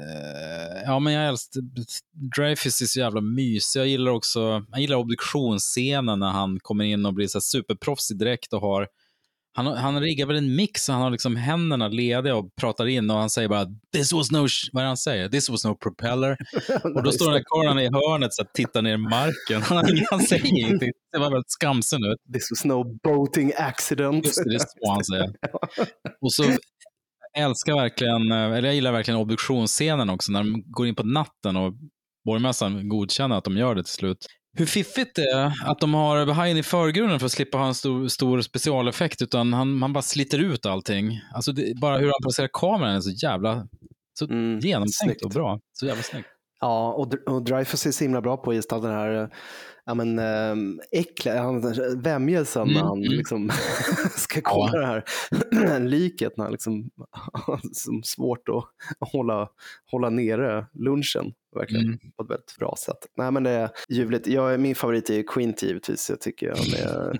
eh, ja, men jag älskar Dreyfus är så jävla mysig. Jag gillar också, jag gillar obduktionsscenen när han kommer in och blir så här superproffsig direkt och har han, han riggar väl en mix, han har liksom händerna lediga och pratar in och han säger bara this was no, vad är han säger? This was no propeller. Och då står den där karlen i hörnet så att tittar ner i marken. Han, han säger ingenting. Det var väldigt skamsen ut. This was no boating accident. Just det, det är så han säger. Och så älskar verkligen, eller jag gillar verkligen obduktionsscenen också, när de går in på natten och borgmästaren godkänner att de gör det till slut. Hur fiffigt det är att de har hajen i förgrunden för att slippa ha en stor, stor specialeffekt, utan han, han bara sliter ut allting. Alltså det, bara hur han placerar kameran är så jävla så mm, genomtänkt snyggt. Och bra. Så jävla snyggt. Ja, och, och Dreyfus är så himla bra på att gestalta den här ja, men, ähm, äckliga, han, vämjelsen mm, när han mm. liksom ska kolla ja. det här liket, när han liksom som svårt att hålla, hålla nere lunchen verkligen mm. på ett väldigt bra sätt. Nej, men det är ljuvligt. Jag, min favorit är Quint givetvis. Jag tycker han är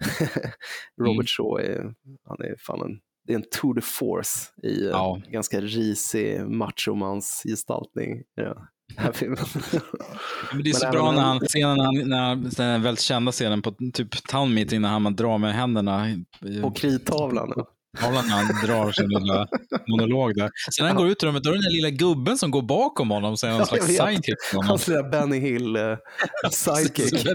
Robert Shaw är, han är fan en det är en tour de force i ja. ganska risig machomans gestaltning. Ja. Men det är så men bra när han, scenen när han, när den väldigt kända scenen på typ town meeting när han drar med händerna på kritavlan. Tavlan när han drar sin lilla monolog där. Sen när han går ut i rummet, då är det den där lilla gubben som går bakom honom, så är han en slags sidekick. Hans lilla Benny Hill uh, sidekick.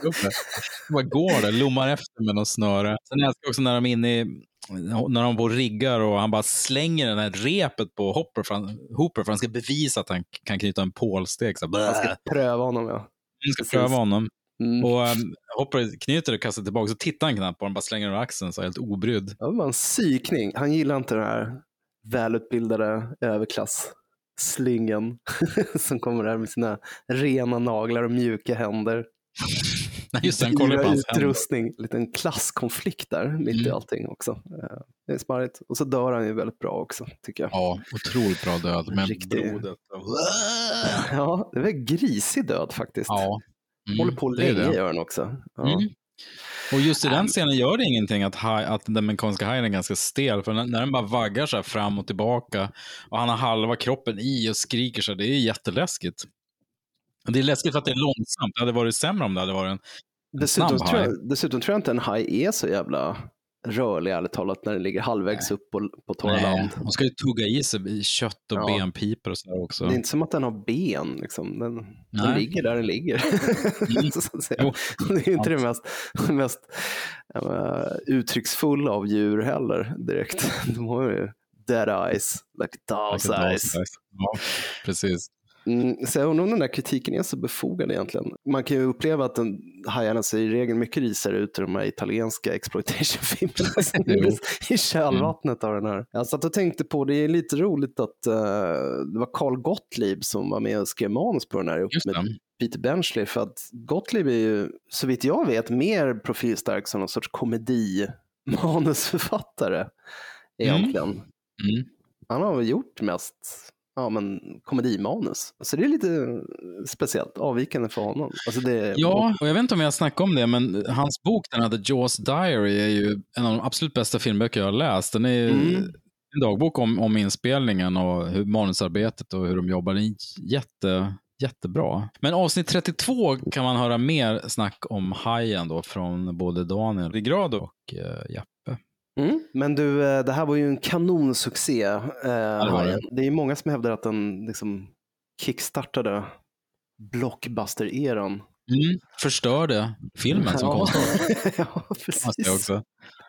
Vad går det? Lommar efter med någon snöre. Sen älskar jag också när de är inne i när de på riggar och han bara slänger den här repet på Hopper för, han, Hooper för han ska bevisa att han kan knyta en pålsteg. Så han ska pröva honom, ja. Han ska Precis. pröva honom. Mm. Och um, Hopper knyter och kastar tillbaka, så tittar han knappt på honom, bara slänger över axeln så helt obrydd. Ja, det var en psykning. Han gillar inte den här välutbildade överklass-slingen som kommer där med sina rena naglar och mjuka händer. Nej, just det, han kollar på hans utrustning, en liten klasskonflikt där mitt mm. i allting också. Det är smarrigt. Och så dör han ju väldigt bra också, tycker jag. Ja, otroligt bra död med Riktig... blodet. Ja, det är väl grisig död faktiskt. Ja. Mm, håller på länge gör den också. Ja. Mm. Och just i den scenen gör det ingenting att, haj, att den mekaniska hajen är ganska stel, för när, när den bara vaggar så här fram och tillbaka och han har halva kroppen i och skriker så, det är jätteläskigt. Det är läskigt för att det är långsamt. Det hade varit sämre om det hade varit en, en dessutom snabb tror haj. Jag, dessutom tror jag inte en haj är så jävla rörlig ärligt talat när den ligger halvvägs upp på, på torra land. Man ska ju tugga i sig i kött och ja. benpipor och sådär också. Det är inte som att den har ben. Liksom. Den, den ligger där den ligger. Mm. Så att säga. Det är inte det mest, mest uh, uttrycksfulla av djur heller direkt. De har ju dead eyes, like doll's like eyes. eyes. Ja, precis. Mm, så jag undrar om den där kritiken är så befogad egentligen. Man kan ju uppleva att den hajarna ser i regel mycket risare ut i de här italienska exploitation-filmerna i kärlvattnet av den här. Jag satt och tänkte på, det är lite roligt att uh, det var Carl Gottlieb som var med och skrev manus på den här upp med Peter Benchley, för att Gottlieb är ju, så vitt jag vet, mer profilstark som någon sorts komedi-manusförfattare egentligen. Mm. Mm. Han har väl gjort mest ja, men komedimanus. Så det är lite speciellt, avvikande för honom. Alltså det... Ja, och jag vet inte om jag snackar om det, men hans bok, den här The Jaws Diary, är ju en av de absolut bästa filmböcker jag har läst. Den är mm. en dagbok om, om inspelningen och hur manusarbetet och hur de jobbar. Den är jätte, jättebra. Men avsnitt trettiotvå kan man höra mer snack om hajen då från både Daniel Rigrado och uh, Jeppe. Mm. Men du, det här var ju en kanonsuccé. Eh, det, det är många som hävdar att den liksom kickstartade blockbuster-eran. Mm. Förstörde filmen som ja. konstart. Ja, precis. Också.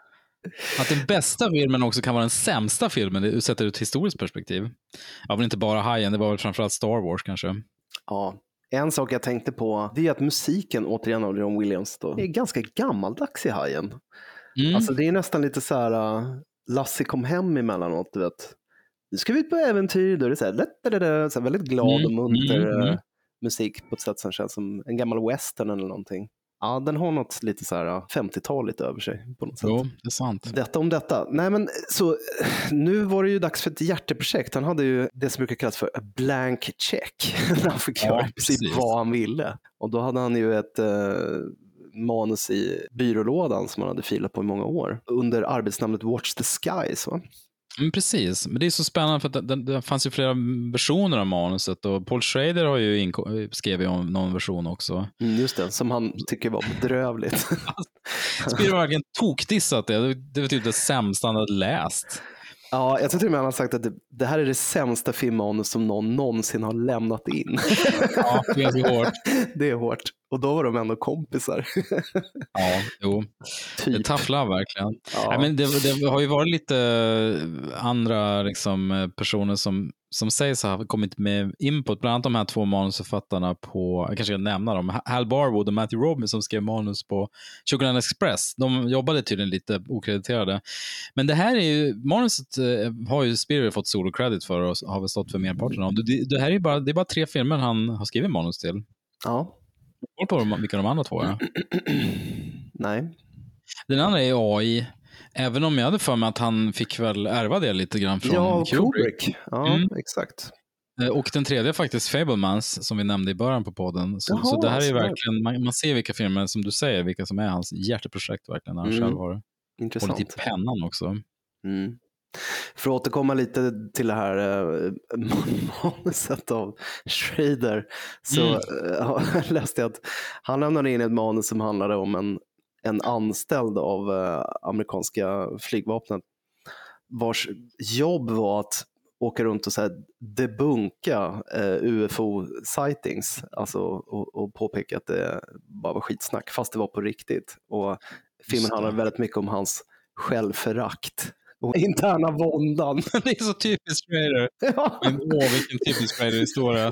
Att den bästa filmen också kan vara den sämsta filmen, det sätter ett historiskt perspektiv. Ja, men inte bara Hajen, det var väl framförallt Star Wars kanske. Ja. En sak jag tänkte på, det är att musiken, återigen av John Williams då, är ganska gammaldags i Hajen. Mm. Alltså det är nästan lite så här uh, Lassie kom hem emellanåt, du vet. Nu ska vi ut på äventyr, då är det så här, lätt, så här väldigt glad mm. och munter mm. uh, musik på ett sätt som känns som en gammal western eller någonting. Ja, den har något lite så här uh, femtiotalet över sig på något sätt. Jo, det är sant. Detta om detta. Nej men så nu var det ju dags för ett hjärteprojekt. Han hade ju det som brukar kallas för a blank check. Han fick ja, göra precis, precis vad han ville. Och då hade han ju ett uh, manus i byrålådan som han hade filat på i många år under arbetsnamnet Watch the Skies, va? Mm, precis, men det är så spännande för att det, det fanns ju flera versioner av manuset och Paul Schrader har ju inko- skrev ju om någon version också. Mm, just det, som han tycker var bedrövligt. Spielberg tokdissat det, det var typ det sämsta han hade läst. Ja, jag tror till och med han har sagt att det, det här är det sämsta filmmanus som någon någonsin har lämnat in. Ja, det är hårt. Det är hårt. Och då var de ändå kompisar. Ja, jo. Typ. Det är tough love verkligen. Ja. Nej, men det, det har ju varit lite andra liksom, personer som, som sägs ha kommit med input. Bland annat de här två manusförfattarna på, jag kanske ska nämna dem, Hal Barwood och Matthew Robin som skrev manus på Sugarland Express. De jobbade tydligen lite okrediterade. Men det här är ju, manuset har ju Spielberg fått solo credit för och har väl stått för merparten av. Det, det här är bara, det är bara tre filmer han har skrivit manus till. Ja. Koll på dem, vilka de andra två är? Nej. Den andra är A I. Även om jag hade för mig att han fick väl ärva det lite grann från ja, Kubrick. Kubrick. Ja, mm. exakt. Och den tredje är faktiskt Fabelmans som vi nämnde i början på podden. Så, Jaha, så det här är ju verkligen, man, man ser vilka filmer som du säger, vilka som är hans hjärteprojekt verkligen när han mm. själv har Intressant. hållit i pennan också. Mm. För att återkomma lite till det här äh, manuset av Schrader så mm. äh, läste jag att han lämnade in ett manus som handlade om en, en anställd av äh, amerikanska flygvapnet vars jobb var att åka runt och så här debunka äh, U F O-sightings alltså, och, och påpeka att det bara var skitsnack fast det var på riktigt. Och filmen handlar väldigt mycket om hans självförakt och interna våndan. Det är så typiskt Schrader. Ja. Men åh, vilken typisk Schrader-historia.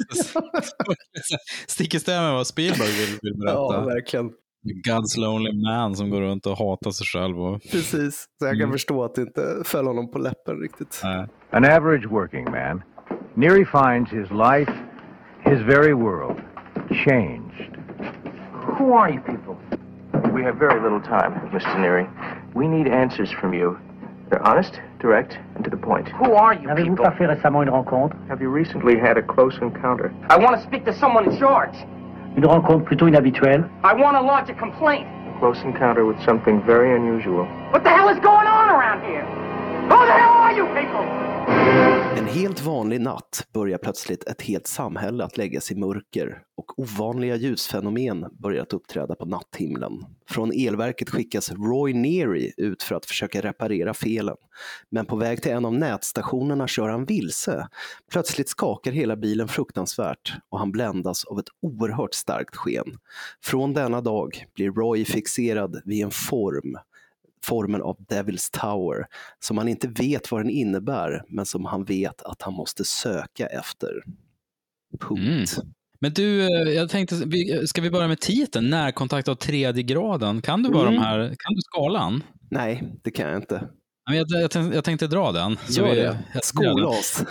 Sticker stämmer vad Spielberg vill, vill berätta. Ja, verkligen. God's lonely man som går runt och hatar sig själv. Och... Precis, så jag kan mm. förstå att det inte föll honom på läppen riktigt. Nej. An average working man, Neary finds his life, his very world, changed. Who are you people? We have very little time, Mister Neary. We need answers from you. They're honest, direct, and to the point. Who are you N'avez-vous people? pas fait récemment une rencontre? Have you recently had a close encounter? I want to speak to someone in charge. Une rencontre plutôt inhabituelle? I want to lodge a complaint. A close encounter with something very unusual. What the hell is going on around here? Who the hell are you people? En helt vanlig natt börjar plötsligt ett helt samhälle att läggas i mörker och ovanliga ljusfenomen börjar att uppträda på natthimlen. Från elverket skickas Roy Neary ut för att försöka reparera felen. Men på väg till en av nätstationerna kör han vilse. Plötsligt skakar hela bilen fruktansvärt och han bländas av ett oerhört starkt sken. Från denna dag blir Roy fixerad vid en form. Formen av Devil's Tower, som han inte vet vad den innebär, men som han vet att han måste söka efter. Punkt. Mm. Men du, jag tänkte, ska vi börja med titeln? Närkontakt av tredje graden. Kan du bara mm. de här, kan du skalan? Nej, det kan jag inte. Jag, jag, tänkte, jag tänkte dra den. Så Gör vi, det. Skola oss.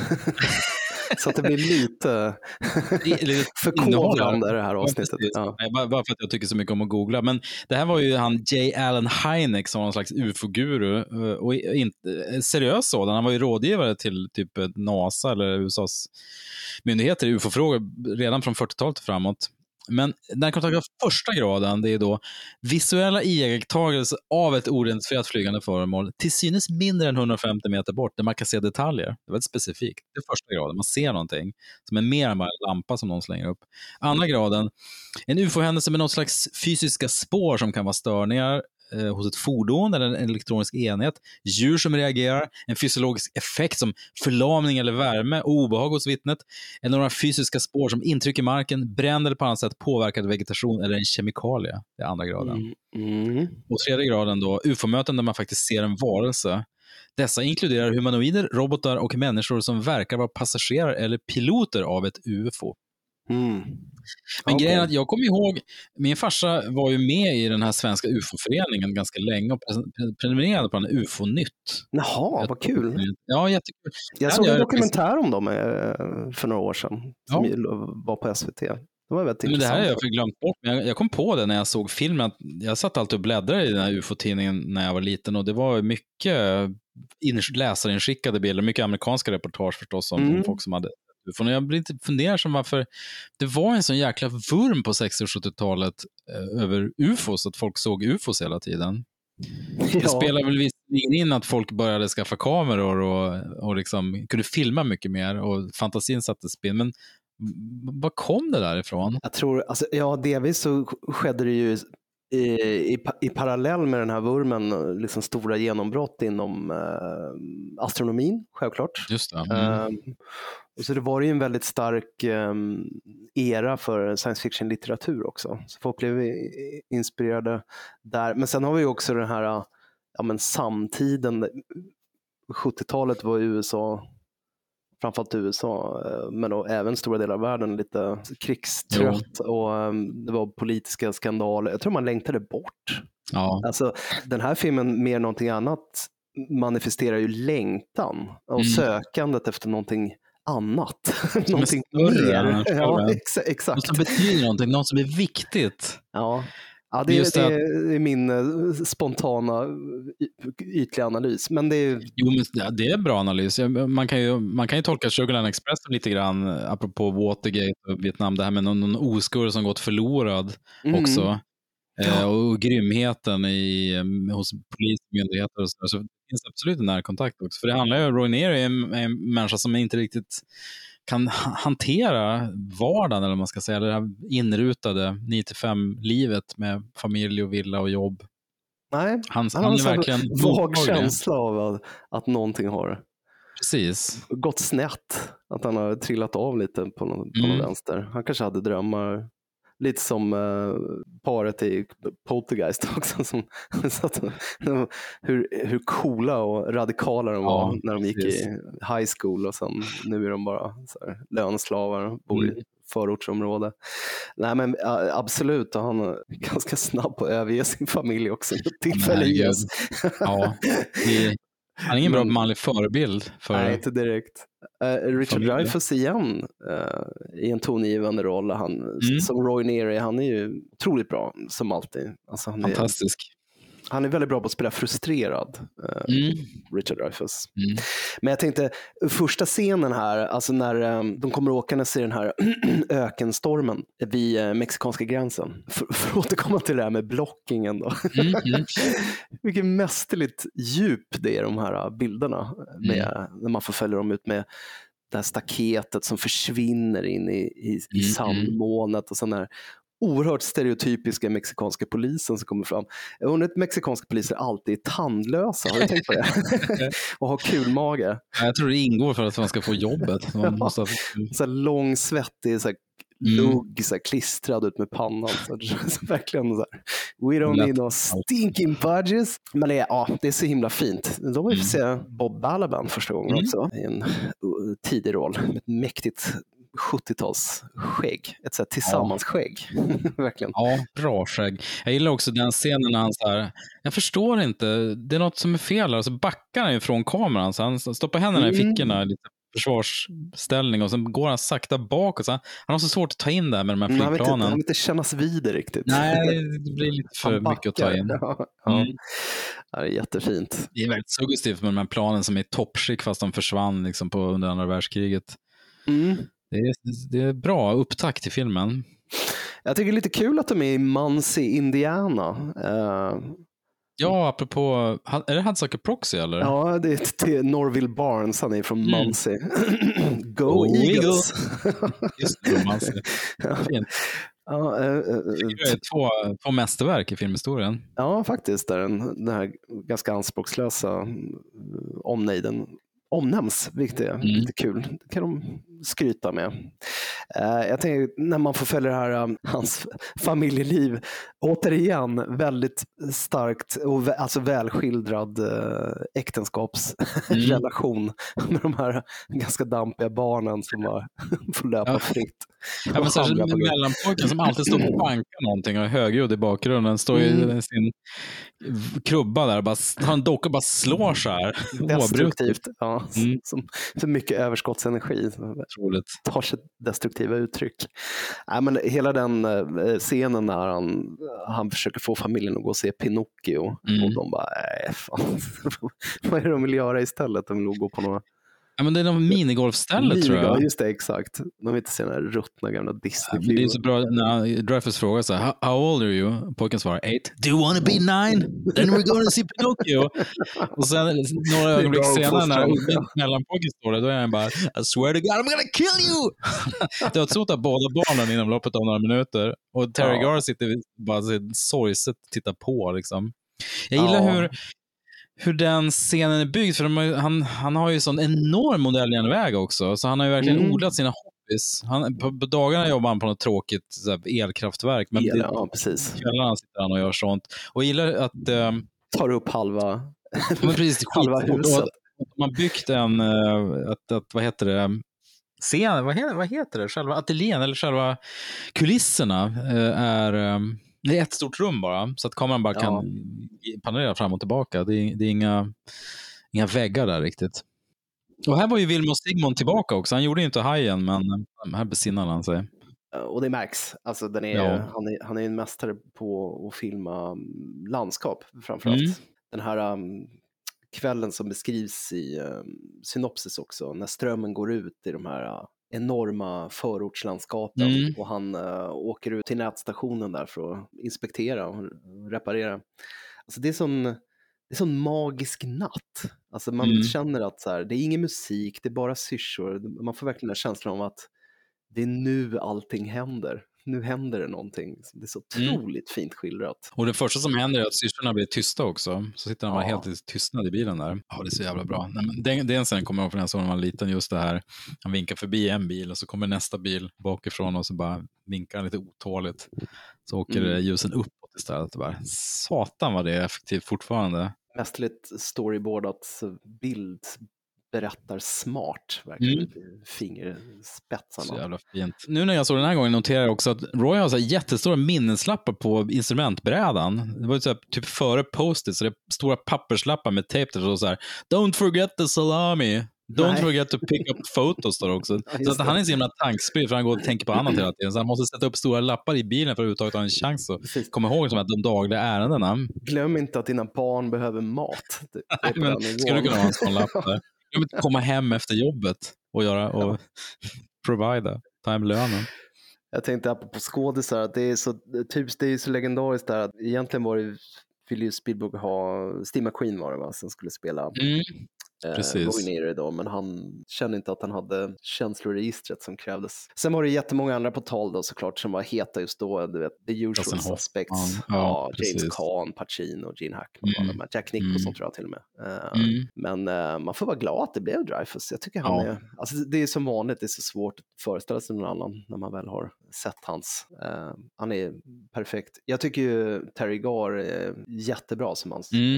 Så att det blir lite, lite förkodrande det här avsnittet. Ja. Nej, bara, bara för att jag tycker så mycket om att googla. Men det här var ju han J. Allen Hynek som var någon slags U F O-guru. Och inte, seriös sådan. Han var ju rådgivare till typ NASA eller U S A:s myndigheter i U F O-frågor redan från fyrtiotalet framåt. Men den kontakt av första graden, det är då visuella iakttagelser av ett oidentifierat flygande föremål till synes mindre än hundrafemtio meter bort där man kan se detaljer. Det är väldigt specifikt. Det är första graden. Man ser någonting som är mer än bara en lampa som någon slänger upp. Andra graden, en U F O-händelse med något slags fysiska spår som kan vara störningar eh, hos ett fordon eller en elektronisk enhet, djur som reagerar, en fysiologisk effekt som förlamning eller värme, obehag hos vittnet, eller några fysiska spår som intryck i marken, bränd eller på annat sätt påverkad vegetation eller en kemikalie. Det är andra graden. Mm. Mm. Och tredje graden då, U F O-möten där man faktiskt ser en varelse. Dessa inkluderar humanoider, robotar och människor som verkar vara passagerare eller piloter av ett U F O. Mm. Men okay. grejen är att jag kommer ihåg, min farsa var ju med i den här svenska U F O-föreningen ganska länge och prenumererade på en U F O-nytt. Jaha, vad kul. Ja, jättekul. Jag såg en dokumentär om dem för några år sedan som ja. var på S V T. Det var väldigt Men det här har jag för glömt bort. Men jag, jag kom på det när jag såg filmen. Jag satt alltid och bläddrade i den här U F O-tidningen när jag var liten och det var mycket läsarinskickade bilder, mycket amerikanska reportage förstås om mm. folk som hade U F O. Jag blir inte fundersam varför det var en sån jäkla vurm på sextio- och sjuttiotalet eh, över U F O så att folk såg U F Os hela tiden. Ja. Det spelar väl visserligen in att folk började skaffa kameror och, och liksom kunde filma mycket mer och fantasin satte spel, men vad kom det därifrån? Jag tror, alltså, ja, delvis så skedde det ju i, i, i parallell med den här vurmen liksom stora genombrott inom eh, astronomin, självklart. Just det. Mm. Eh, och så det var ju en väldigt stark eh, era för science fiction-litteratur också. Så folk blev inspirerade där. Men sen har vi ju också den här ja, men samtiden. sjuttiotalet var i U S A, framförallt U S A, men då även stora delar av världen lite krigstrött jo. och um, det var politiska skandaler. Jag tror man längtade bort. Ja. Alltså, den här filmen mer än någonting annat manifesterar ju längtan och mm. sökandet efter någonting annat. någonting mer. Ja, ex- exakt. Något som betyder någonting, något som är viktigt. Ja. Ja, det, är, det, är, det är min uh, spontana ytliga analys. Men det är... Jo, men det är en bra analys. Man kan ju, man kan ju tolka Sugarland Express lite grann, apropå Watergate och Vietnam, det här med någon, någon oskuld som gått förlorad mm. också. Ja. Eh, och grymheten i, hos polismyndigheter och så, så det finns absolut en närkontakt också. För det handlar ju om Roy Neary är en, en människa som inte riktigt kan hantera vardagen, eller vad man ska säga, det här inrutade nio till fem livet med familj och villa och jobb. Nej, han, han, han är verkligen vag känsla av att, att någonting har Precis. gått snett, att han har trillat av lite på någon, på någon mm. vänster. Han kanske hade drömmar lite som uh, paret i Poltergeist också, som, så att, hur, hur coola och radikala de var ja, när de gick precis. i high school, och sen nu är de bara så här, löneslavar, bor mm. i förortsområde. Nej, men uh, absolut, och han är ganska snabb på att överge sin familj också tillfälle i ja, det, han är ingen bra manlig förebild för... Nej, inte direkt. Uh, Richard Dreyfuss igen uh, i en tongivande roll. Han, mm. Som Roy Neary, han är ju otroligt bra som alltid. Alltså, han fantastisk. Han är väldigt bra på att spela frustrerad, eh, mm. Richard Dreyfuss. Mm. Men jag tänkte, första scenen här, alltså när eh, de kommer åkandes i den här ökenstormen vid eh, mexikanska gränsen. För, för att återkomma till det här med blockingen då. Mm. Mm. Vilket mästerligt djup det är, de här bilderna. Med, mm. När man får följa dem ut med det här staketet som försvinner in i, i, i mm. sandmolnet och sån där oerhört stereotypiska mexikanska polisen som kommer fram. Jag undrar att mexikanska poliser alltid är tandlösa. Har du tänkt på det? Och har kul mage. Jag tror det ingår för att man ska få jobbet. Man måste ha... så här lång, svettig, så här lugg, så här klistrad ut med pannan. Så här, verkligen så här. We don't need no stinking budges. Men det är, ja, det är så himla fint. Då vill vi se Bob Balaban första gången mm. också. I en uh, tidig roll. Ett mäktigt sjuttio-tals skägg. Ett sånt tillsammans ja. skägg. Verkligen. Ja, bra skägg. Jag gillar också den scenen när han så här, jag förstår inte, det är något som är fel. Och så backar han ifrån kameran. Så han stoppar händerna mm. i fickorna, lite försvarsställning, och sen går han sakta bakåt. Så han, han har så svårt att ta in det här med de här flygplanen. Han vill inte, inte kännas vid det riktigt. Nej, det blir lite för mycket att ta in. Ja, ja. Mm. Ja, det är jättefint. Det är väldigt suggestivt med de här planen som är toppskick fast de försvann liksom på under andra världskriget. Mm. Det är, det är bra upptakt till filmen. Jag tycker det är lite kul att de är i Muncie, Indiana. Uh, ja, apropå, är det Hudsucker Proxy eller? Ja, det är till Norville Barnes, han är från mm. Muncie. Go oh, Eagles! Just det, Muncie. Fint. Ja, uh, uh, det är två, två mästerverk i filmhistorien. Ja, faktiskt. Där den, den här ganska anspråkslösa omnejden omnämns, vilket är mm. lite kul. Det kan de skryta med. Uh, jag tänker, när man får följa det här, um, hans familjeliv, återigen väldigt starkt och vä- alltså välskildrad uh, äktenskapsrelation mm. med de här ganska dampiga barnen som bara får löpa ja. fritt. Ja, men särskilt med mellanpojken som alltid står och bankar någonting och är högljudd i bakgrunden, står mm. i sin krubba där, bara, har en docka och bara slår så här. Destruktivt, ja. Mm. Som, så mycket överskottsenergi. Troligt. Tar sig destruktiva uttryck. Nej, men hela den eh, scenen när han, han försöker få familjen att gå och se Pinocchio mm. och de bara, nej fan. Vad är det de vill göra istället? De vill gå på några... Ja, men det är någon minigolfställe Minigolf, tror jag. Just det, exakt. De vill inte se den här ruttna gamla Disney. Ja, det är så bra när Dreyfuss frågar så här, how old are you? Pojken svarar, eight. Do you want to be nine? Then we're going to see Pinocchio. Och sen några ögonblick senare när mellanpojken står där, då är han bara, I swear to God, I'm gonna kill you! Dödshotar båda barnen inom loppet av några minuter. Och Terry ja. Garr sitter bara sorgset och tittar på liksom. Jag gillar ja. hur hur den scenen är byggd, för de, han, han har ju sån enorm modelljärnväg också, så han har ju verkligen mm. odlat sina hobbys. Han, på, på dagarna jobbar han på något tråkigt så här, elkraftverk, men El, det, ja, precis. Kvällarna sitter han och gör sånt. Och gillar att äh, tar upp halva men precis, halva huset. Man har byggt en äh, att, att, vad heter det scen, vad heter, vad heter det? Själva ateljén eller själva kulisserna äh, är äh, det är ett stort rum bara, så att kameran bara ja. kan panorera fram och tillbaka. Det är, det är inga, inga väggar där riktigt. Och här var ju Vilmos Sigmund tillbaka också. Han gjorde ju inte Hajen, men här besinnade han sig. Och det märks. Alltså, den är, ja. han, är, han är en mästare på att filma landskap framförallt. Mm. Den här um, kvällen som beskrivs i um, synopsis också, när strömmen går ut i de här uh, enorma förortslandskapen mm. och han uh, åker ut till nätstationen där för att inspektera och reparera. Alltså det är sån, det är sån magisk natt. Alltså man mm. känner att så här, det är ingen musik, det är bara syrsor. Man får verkligen den känslan av att det är nu allting händer. Nu händer det någonting. Det är så otroligt mm. fint skildrat. Och det första som händer är att syrsorna blir tysta också. Så sitter han bara ja. helt tystnad i bilen där. Ja, det är så jävla bra. Nej, men det, det är en scen kommer jag ihåg från när jag såg när man var liten. Just det här. Han vinkar förbi en bil och så kommer nästa bil bakifrån och så bara vinkar han lite otåligt. Så åker mm. ljusen uppåt istället. Bara, satan vad det är effektivt fortfarande. Mästerligt storyboardat bild berättar smart, verkligen mm. fingerspetsarna. Så jävla fint. Nu när jag såg den här gången noterar jag också att Roy har så här jättestora minneslappar på instrumentbrädan. Det var ju så här, typ före post-it, så det är stora papperslappar med tejp där så här, don't forget the salami. Don't Nej. forget to pick up photos där också. Så att han är så himla tankspridd för han går och tänker på annat hela tiden. Så han måste sätta upp stora lappar i bilen för att överhuvudtaget ha en chans att komma ihåg som att de dagliga ärendena. Glöm inte att dina barn behöver mat. Nej, men ska du kunna ha en sån lapp där? Glöm inte komma hem efter jobbet och göra och provida, ta hem lönen. Jag tänkte på skådisar att det är så typ det är så legendariskt där att egentligen var det ville ju Spielberg ha Steve McQueen var det va som skulle spela mm, eh, Roy idag, men han kände inte att han hade känsloregistret som krävdes. Sen var det jättemånga andra på tal då såklart som var heta just då, du vet, The Usual Suspects, ja, ja, James Caan, Pacino, Gene Hackman, mm. Jack Nicholson mm. tror jag till och med. Uh, mm. Men uh, man får vara glad att det blev Dreyfuss. Jag tycker han ja. är, alltså det är som vanligt, det är så svårt att föreställa sig någon annan när man väl har sett hans. Uh, han är perfekt. Jag tycker ju Terry Garr är jättebra som hans mm.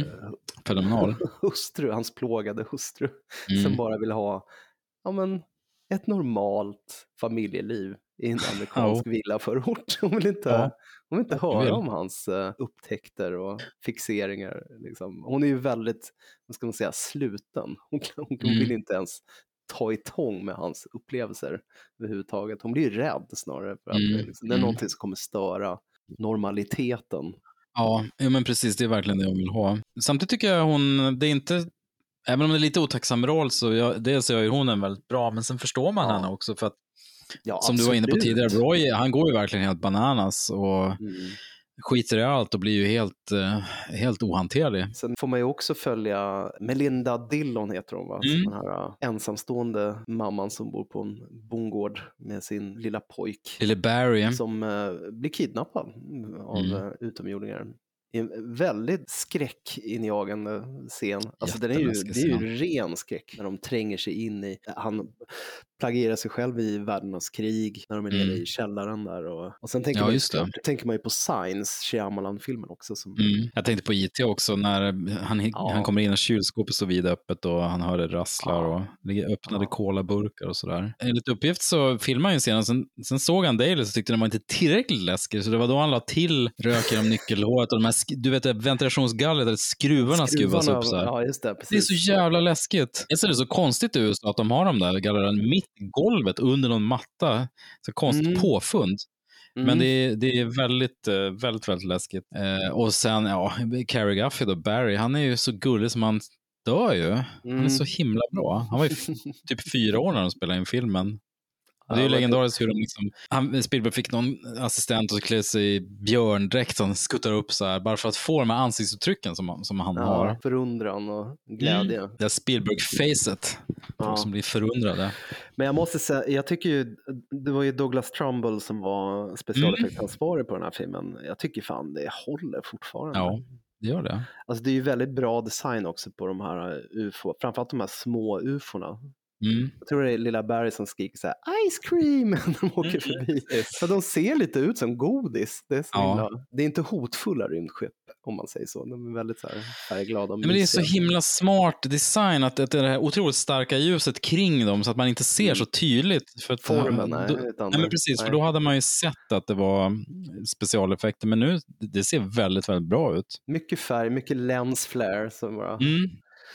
uh, hustru, hans plågade hustru mm. som bara vill ha ja, men, ett normalt familjeliv i en amerikansk oh. villaförort. Hon vill inte, ja. hon vill inte höra vill. om hans uh, upptäckter och fixeringar. Liksom. Hon är ju väldigt, vad ska man säga, sluten. Hon, hon, hon mm. vill inte ens ta i tång med hans upplevelser överhuvudtaget. Hon blir ju rädd snarare för att mm. liksom, det är någonting som kommer störa normaliteten. Ja, men precis, det är verkligen det hon vill ha. Samtidigt tycker jag hon, det är inte, även om det är lite otacksam roll så jag, dels gör hon en väldigt bra, men sen förstår man ja. henne också för att ja, som absolut. Du var inne på tidigare, Roy, han går ju verkligen helt bananas och mm. skiter i allt och blir ju helt, uh, helt ohanterlig. Sen får man ju också följa Melinda Dillon heter hon va? Mm. Den här uh, ensamstående mamman som bor på en bondgård med sin lilla pojk. Lille Barry. Som uh, blir kidnappad av mm. uh, utomjordingar. En väldigt skräckinjagande scen. Alltså den är ju, det är ju ren skräck när de tränger sig in i, han plagierar sig själv i Världens krig när de är nere mm. i källaren där och, och sen tänker, ja, man, just det. tänker man ju på Signs, Shyamalan-filmen också. Som... Mm. Jag tänkte på I T också när han, ja. han kommer in och kylskåpet så vid öppet och han hör det rasslar ja. och ligger öppnade ja. kolaburkar och sådär. Enligt uppgift så filmade han ju scenen, sen, sen såg han Dale och så tyckte den var inte tillräckligt läskig så det var då han la till röker om nyckelhåret och de här du vet ventilationsgallret där skruvarna, skruvarna skruvas upp så här. Ja, just det, det är så jävla läskigt. Det är så konstigt i U S A att de har de där gallren mitt i golvet under någon matta. Så konstigt mm. påfund. Mm. Men det är, det är väldigt, väldigt, väldigt läskigt. Eh, och sen, ja, Cary Guffey då, Barry, han är ju så gullig som han dör ju. Mm. Han är så himla bra. Han var ju typ fyra år när de spelade in filmen. Det är ju legendariskt hur de liksom, han, Spielberg fick någon assistent och klär sig i björndräkt som skuttar upp så här, bara för att få de här ansiktsuttrycken som, som han ja, har. Förundran och glädje. Mm. Det är Spielberg-facet. Ja. Folk som blir förundrade. Men jag måste säga, jag tycker ju, det var ju Douglas Trumbull som var specialeffektsansvarig på den här filmen. Jag tycker fan det håller fortfarande. Ja. Det gör det. Alltså det är ju väldigt bra design också på de här U F O, framförallt de här små U F O-na. Mm. Jag tror det är lilla Barry som skriker så här ice cream när de åker förbi. Mm. För de ser lite ut som godis. Det är, så ja. himla, det är inte hotfulla rymdskepp om man säger så. De är väldigt så här färgglada. Men det är så himla smart design att det är det här otroligt starka ljuset kring dem så att man inte ser mm. så tydligt. För att, Formen, nej. Då, nej men precis, nej. För då hade man ju sett att det var specialeffekter. Men nu, det ser väldigt, väldigt bra ut. Mycket färg, mycket lens flare som bara... Mm.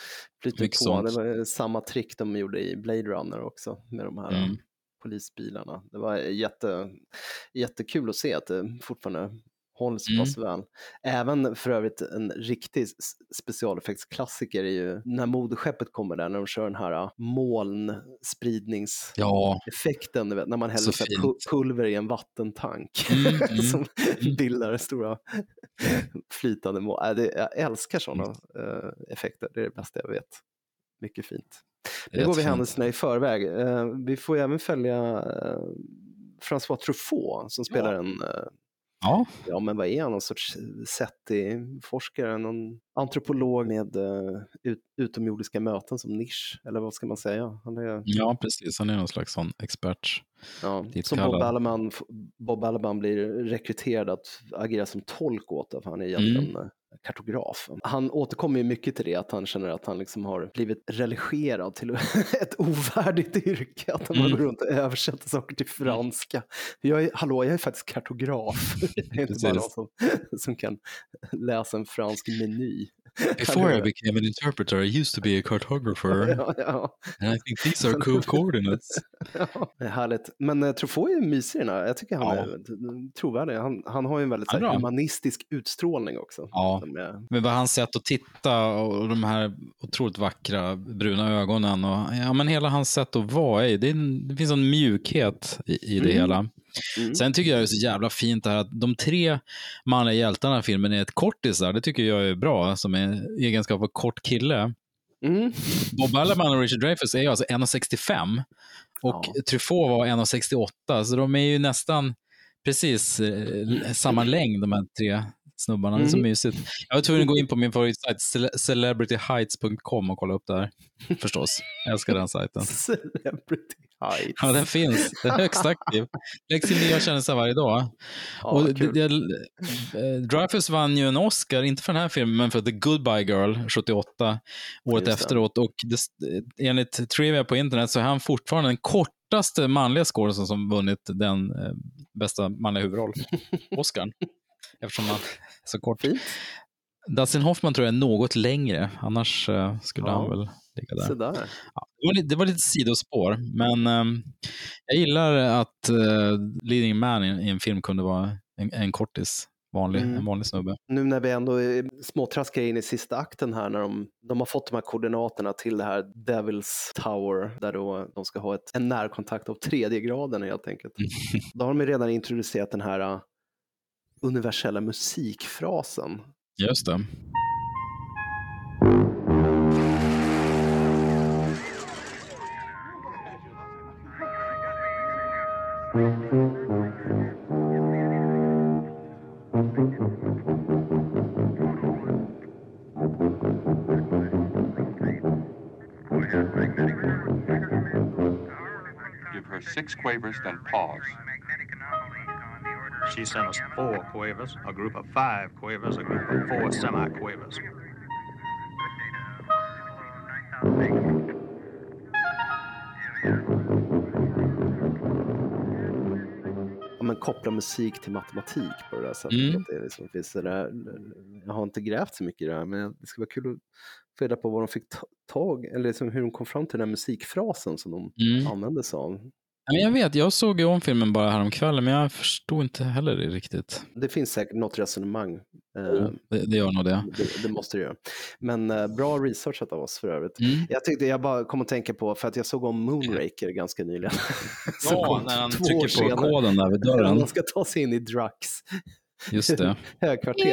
På. Det var samma trick de gjorde i Blade Runner också med de här mm. polisbilarna. Det var jätte, jättekul att se att det fortfarande håller så pass mm. väl. Även för övrigt en riktig specialeffektsklassiker är ju när moderskeppet kommer där, när de kör den här molnspridningseffekten, ja. När man häller så så pulver i en vattentank mm, mm, som mm. bildar stora flytande moln. Äh, det, jag älskar sådana uh, effekter, det är det bästa jag vet. Mycket fint. Nu går vi händelserna i förväg. Uh, vi får ju även följa uh, François Truffaut som spelar ja. en uh, Ja. ja, men vad är han? Någon sorts SETI-forskare, någon antropolog med uh, ut, utomjordiska möten som nisch, eller vad ska man säga? Han är... Ja, precis. Han är någon slags sån expert. Ja, som Bob Balaban, Bob Balaban blir rekryterad att agera som tolk åt det, för han är egentligen mm. kartograf. Han återkommer ju mycket till det, att han känner att han liksom har blivit religerad till ett ovärdigt yrke, att han mm. går runt och översätter saker till franska. Jag är, hallå, jag är faktiskt kartograf. Jag är inte bara någon som, som kan läsa en fransk meny. Before I became an interpreter, I used to be a cartographer. ja, ja. And I think these are cool coordinates. ja, det är härligt. Men uh, Truffaut är mysig den här. Jag tycker han ja. är trovärdig. Han, han har ju en väldigt så här, humanistisk utstrålning också. Ja, är... men vad hans sätt att titta och de här otroligt vackra bruna ögonen och ja, men hela hans sätt att vara i. Det, är, det finns en mjukhet i, i det mm. hela. Mm. Sen tycker jag det är så jävla fint det här att de tre manliga hjältarna i filmen är ett kortisar. Det tycker jag är bra som är egenskap av kort kille. Mm. Bob Balaban och Richard Dreyfuss är ju alltså en komma sextiofem och ja. Truffaut var en komma sextioåtta, så de är ju nästan precis eh, samma längd, de här tre snubbarna. Mm. Det är så mysigt. Jag var tvungen att gå in på min favoritsajt celebrity heights punkt com och kolla upp det här. Förstås. Jag älskar den sajten. Celebrity Heights. Ja, den finns. Den är högst aktiv. Läggs in nya kändisar varje dag. Ja, och det, det, Dreyfuss vann ju en Oscar, inte för den här filmen, men för The Goodbye Girl sjuttioåtta, året efteråt. Och det, enligt trivia på internet så är han fortfarande den kortaste manliga skådespelaren som vunnit den eh, bästa manliga huvudroll, Oscar. Eftersom han är så kort. Fint. Dustin Hoffman tror jag är något längre. Annars uh, skulle ja. han väl ligga där. där. Ja, det, var lite, det var lite sidospår. Men um, jag gillar att uh, leading man i, i en film kunde vara en, en kortis. Vanlig, mm. En vanlig snubbe. Nu när vi ändå är småtraskar in i sista akten här, när de, de har fått de här koordinaterna till det här Devil's Tower, där då de ska ha ett, en närkontakt av tredje graden helt enkelt. Mm. Då har de redan introducerat den här uh, universella musikfrasen. Just det. Give her six quavers, then pause. She sent us four quavers, a group of five quavers, a group of four semi-quavers. Ja, men koppla musik till matematik på det där sättet. Mm. Det liksom finns det där, jag har inte grävt så mycket i det här, men det ska vara kul att få reda på vad de fick tag, eller liksom hur de kom fram till den här musikfrasen som de mm. använde sig av. Men jag vet, jag såg ju om filmen bara häromkvällen, men jag förstod inte heller det riktigt. Det finns säkert något resonemang. Oh, det, det gör nog det. det. Det måste det göra. Men uh, bra researchat av oss för övrigt. Mm. Jag tyckte jag bara kom att tänka på, för att jag såg om Moonraker ganska nyligen. Ja, när han trycker på koden där vid dörren. Han ska ta sig in i Drax. Just det. Högkvarter.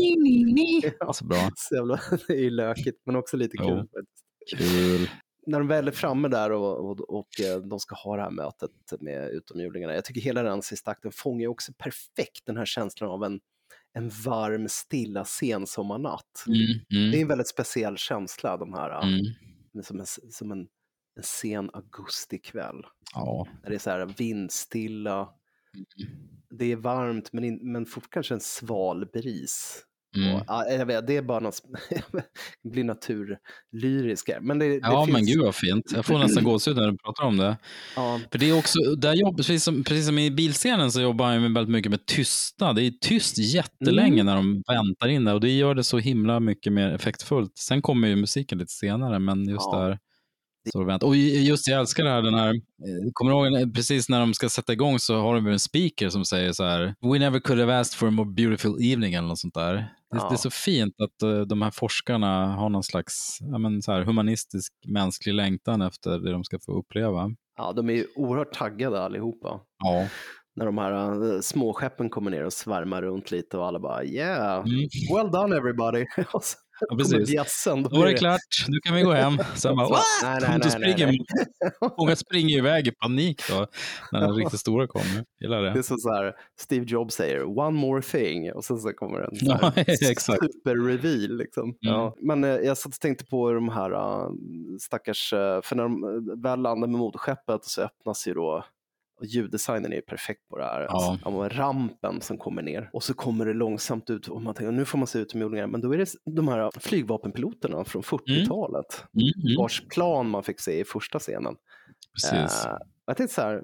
Ja, så bra. Så jävla, det är ju lökigt, men också lite kul. Oh, kul. När de väl är framme där och, och, och de ska ha det här mötet med utomjordingarna. Jag tycker hela den sista akten fångar också perfekt den här känslan av en, en varm, stilla sensommarnatt. Mm, mm. Det är en väldigt speciell känsla, de här, mm. som, en, som en, en sen augustikväll. Ja. När det är så här vindstilla. Mm. Det är varmt, men, in, men fort kanske en sval bris. Mm. Och, ja, jag vet, det är bara något blir naturlyrisk. Men det, det ja, finns... men gud vad fint. Jag får nästan gåshud när du pratar om det. Ja. För det är också, där jobb, precis, som, precis som i bilscenen så jobbar jag väldigt mycket med tystnad. Det är tyst jättelänge mm. när de väntar in det, och det gör det så himla mycket mer effektfullt. Sen kommer ju musiken lite senare, men just ja. där så vänta. Och just jag älskar det här, den här, kommer du ihåg precis när de ska sätta igång så har de en speaker som säger så här: "We never could have asked for a more beautiful evening" eller något sånt där. Det, ja. det är så fint att uh, de här forskarna har någon slags ja, men så här, humanistisk mänsklig längtan efter det de ska få uppleva. Ja, de är ju oerhört taggade allihopa. Ja. När de här uh, småskeppen kommer ner och svärmar runt lite och alla bara yeah, mm. well done everybody. Ja, precis. Bjässen, då, då var det klart, nu kan vi gå hem. Sen bara, nej, nej, nej, springer, nej, nej. Många springer iväg i panik då, när den riktigt stora kommer. Gillar det. Det är så, så här, Steve Jobs säger, one more thing, och sen så kommer en ja, super-reveal. Liksom. Mm. Ja. Men eh, jag satt och tänkte på de här uh, stackars, uh, för när de väl landar med moderskeppet så öppnas ju då, och ljuddesignen är ju perfekt på det här. Ja. Alltså, rampen som kommer ner. Och så kommer det långsamt ut. Och man tänker, nu får man se utomjordingar. Men då är det de här flygvapenpiloterna från fyrtiotalet. Mm. Mm. Vars plan man fick se i första scenen. Precis. Uh, jag tänkte så här,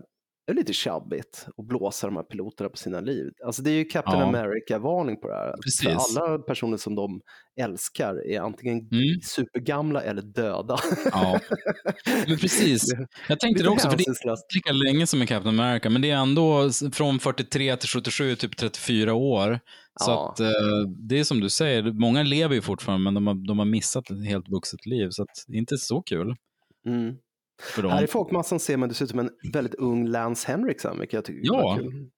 är lite tjabbigt att blåsa de här piloterna på sina liv. Alltså det är ju Captain ja. America-varning på det här. Precis. För alla personer som de älskar är antingen mm. supergamla eller döda. Ja, men precis. Jag tänkte det också, för det är inte lika länge som med Captain America, men det är ändå från fyrtiotre till sjuttiosju, typ trettiofyra år. Så ja. att, eh, det är som du säger, många lever ju fortfarande, men de har, de har missat ett helt vuxet liv, så att det är inte så kul. Mm. Här i folkmassan ser man dessutom en väldigt ung Lance Henriksen, vilket jag tycker ja. är kul.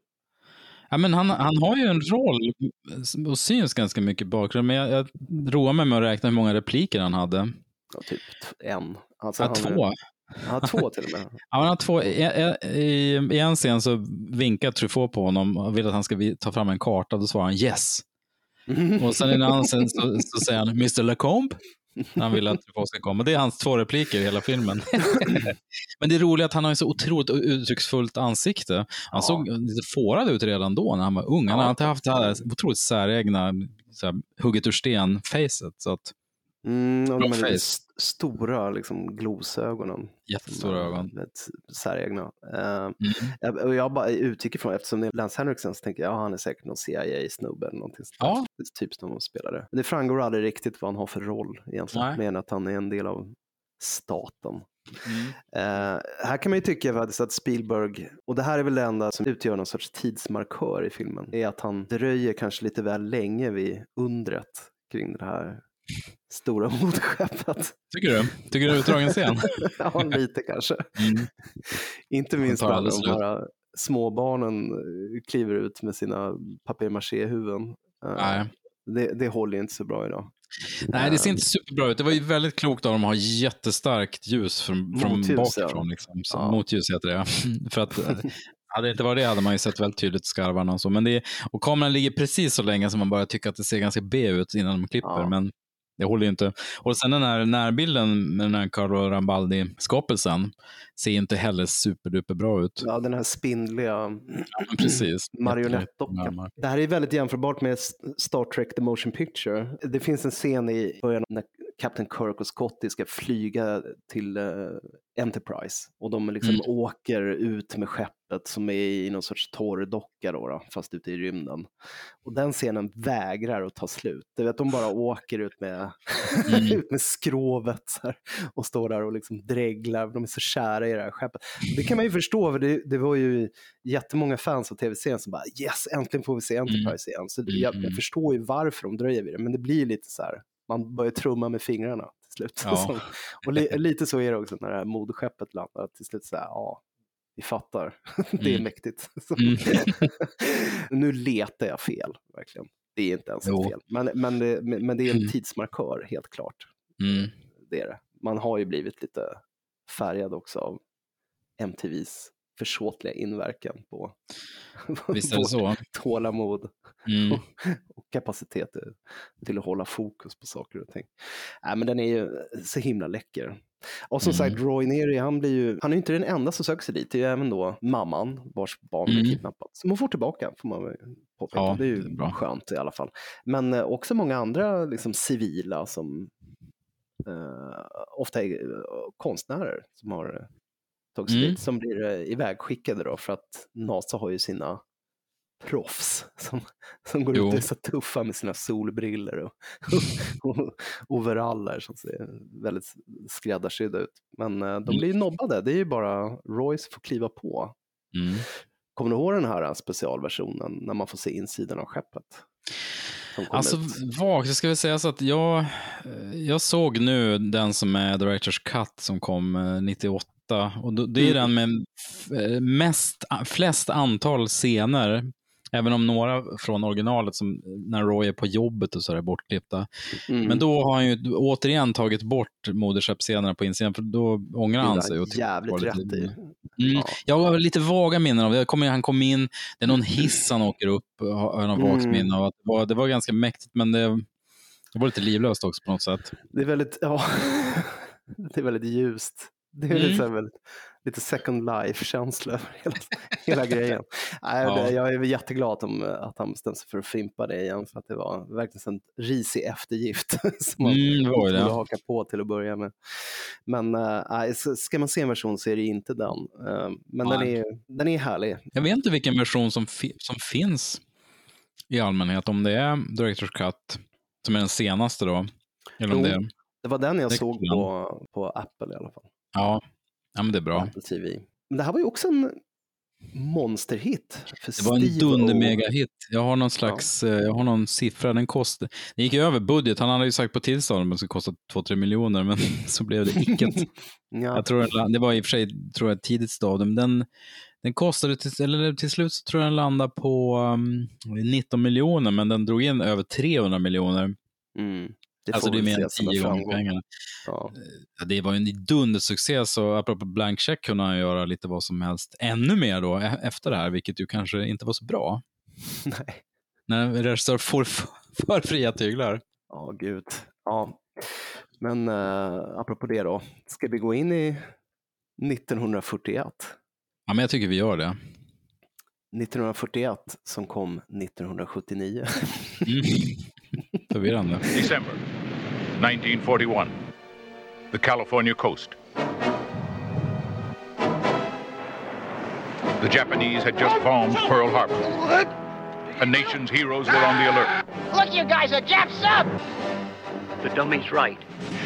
Ja, men han, han har ju en roll och syns ganska mycket i bakgrunden, men jag, jag roar mig med att räkna hur många repliker han hade. Ja, typ en. Alltså, ja, han två. Är... Ja, två till och med. Ja, han har två. I, i, I en scen så vinkar Truffaut på honom och vill att han ska ta fram en karta, då svarar han yes. Mm. Och sen i en annan scen så, så säger han mister Lacombe. Han vill att Truffaut ska komma. Det är hans två repliker i hela filmen. Men det är roligt att han har ett så otroligt uttrycksfullt ansikte. Han ja. såg lite fårad ut redan då när han var ung. Han har alltid haft det här otroligt säregna så här, hugget ur sten-facet. Så att, mm, och de är st- stora liksom, glosögonen. Jättestora ögon. Säregna. Uh, mm. Och jag bara utgick ifrån, eftersom det är Lance Henriksen, så tänker jag, ja, han är säkert någon C I A-snubbe eller någonting. Ja. Typ som de spelare. Men det framgår aldrig riktigt vad han har för roll egentligen. Men att han är en del av staten. Mm. Uh, här kan man ju tycka faktiskt att Spielberg, och det här är väl det enda som utgör någon sorts tidsmarkör i filmen, är att han dröjer kanske lite väl länge vid undret kring det här stora moderskeppet. Tycker du? Tycker du det är utdragen scen? Ja, lite kanske. Mm. Inte minst när de bara småbarnen kliver ut med sina papier-maché-huvuden. Nej. Det, det håller inte så bra idag. Nej, det ser inte superbra ut. Det var ju väldigt klokt av dem att ha jättestarkt ljus från, från bakifrån. Ja. Liksom. Ja. Motljus heter det. För att hade det inte varit det hade man ju sett väldigt tydligt skarvarna och så. Men det är, och kameran ligger precis så länge som man bara tycker att det ser ganska B ut innan de klipper. Ja. Men det håller ju inte. Och sen den här närbilden med den här Carlo Rambaldi-skapelsen ser inte heller superduper bra ut. Ja, den här spindliga ja, precis. marionettdockan. Det här är väldigt jämförbart med Star Trek The Motion Picture. Det finns en scen i början när Captain Kirk och Scotty ska flyga till uh, Enterprise. Och de liksom mm. åker ut med skeppet som är i någon sorts torrdocka då, då, fast ute i rymden. Och den scenen vägrar att ta slut. Det vet, de bara åker ut med, mm. ut med skrovet så här, och står där och liksom dreglar. De är så kära i det här skeppet. Det kan man ju förstå, för det, det var ju jättemånga fans av tv-serien som bara yes, äntligen får vi se Enterprise igen. Så jag, jag förstår ju varför de dröjer vid det, men det blir lite så här, man börjar trumma med fingrarna till slut. Ja. Så, och li, lite så är det också när det här moderskeppet landar till slut så här, ja, vi fattar. Det är mm. mäktigt. Mm. Nu letar jag fel, verkligen. Det är inte ens fel. Men, men, det, men det är en tidsmarkör, helt klart. Mm. Det är det. Man har ju blivit lite färgad också av M T V:s försåtliga inverkan på, visst är det så. Tålamod mm. och, och kapacitet till att hålla fokus på saker och ting. Äh, men den är ju så himla läcker. Och som mm. sagt, Roy Neri, han blir ju, han är ju inte den enda som söker sig dit. Det är ju även då mamman vars barn blir mm. kidnappat. Så man får tillbaka, får man påpeka. Ja, det är ju det är bra. Skönt i alla fall. Men eh, också många andra liksom, civila som eh, ofta är eh, konstnärer som har tagits mm. dit, som blir eh, ivägskickade då, för att NASA har ju sina proffs som, som går jo. ut och är så tuffa med sina solbriller och, och, och overaller som ser väldigt skräddarsydda ut. Men eh, de blir ju nobbade. Det är ju bara Roy som får kliva på. Mm. Kommer du ihåg den här specialversionen när man får se insidan av skeppet? Alltså vagt, jag ska väl säga så att jag, jag såg nu den som är Director's Cut som kom nittioåtta, och det är mm. den med mest, flest antal scener, även om några från originalet som när Roy är på jobbet och så är bortklippta. Mm. Men då har han ju återigen tagit bort moderskeppsscenerna på insidan, för då ångrar han sig. Och jävligt rätt i. Mm. Ja. Jag har lite vaga minnen av det. Kommer, han kom in, det är någon hiss han åker upp, har någon vagt mm. minne av att det var, det var ganska mäktigt, men det, det var lite livlöst också på något sätt. Det är väldigt, ja, det är väldigt ljust. Det är, mm. väldigt, lite second life-känsla hela, hela grejen. Nej, ja. Jag är jätteglad att, de, att han bestämde sig för att fimpa det igen, för att det var verkligen en risig eftergift som man mm, borde haka på till att börja med. Men äh, ska man se en version så är det inte den. Äh, men den är, den är härlig. Jag vet inte vilken version som, fi- som finns i allmänhet, om det är Director's Cut som är den senaste då. Eller om jo, det, är... det var den jag det såg på, på Apple i alla fall. Ja. Ja, men det är bra. Apple T V. Men det här var ju också en monsterhit. För det var en dunder-mega-hit. Jag har någon slags, ja. jag har någon siffra. Den kostade, den gick över budget. Han hade ju sagt på tillstånd att det skulle kosta två till tre miljoner, men så blev det icke. ja. Jag tror det var i och för sig tror jag, tidigt stadium. Den, den kostade till, eller till slut så tror jag den landade på um, nitton miljoner, men den drog in över trehundra miljoner. Mm. Det alltså det är mer än tio gånger pengarna. Ja. Det var ju en dundersuccé, så apropå blank check kunde han göra lite vad som helst ännu mer då efter det här, vilket ju kanske inte var så bra. Nej. När en regissör får för fria tyglar. Ja, oh, gud. Ja. Men uh, apropå det då, ska vi gå in i nittonhundrafyrtioett? Ja, men jag tycker vi gör det. nittonhundrafyrtioett som kom nittonhundrasjuttionio. Mm. Förvirrande. December nineteen forty-one. The California coast. The Japanese had just bombed Pearl Harbor. A nation's heroes were on the alert. Look, you guys, a Jap sub! The dummy's right.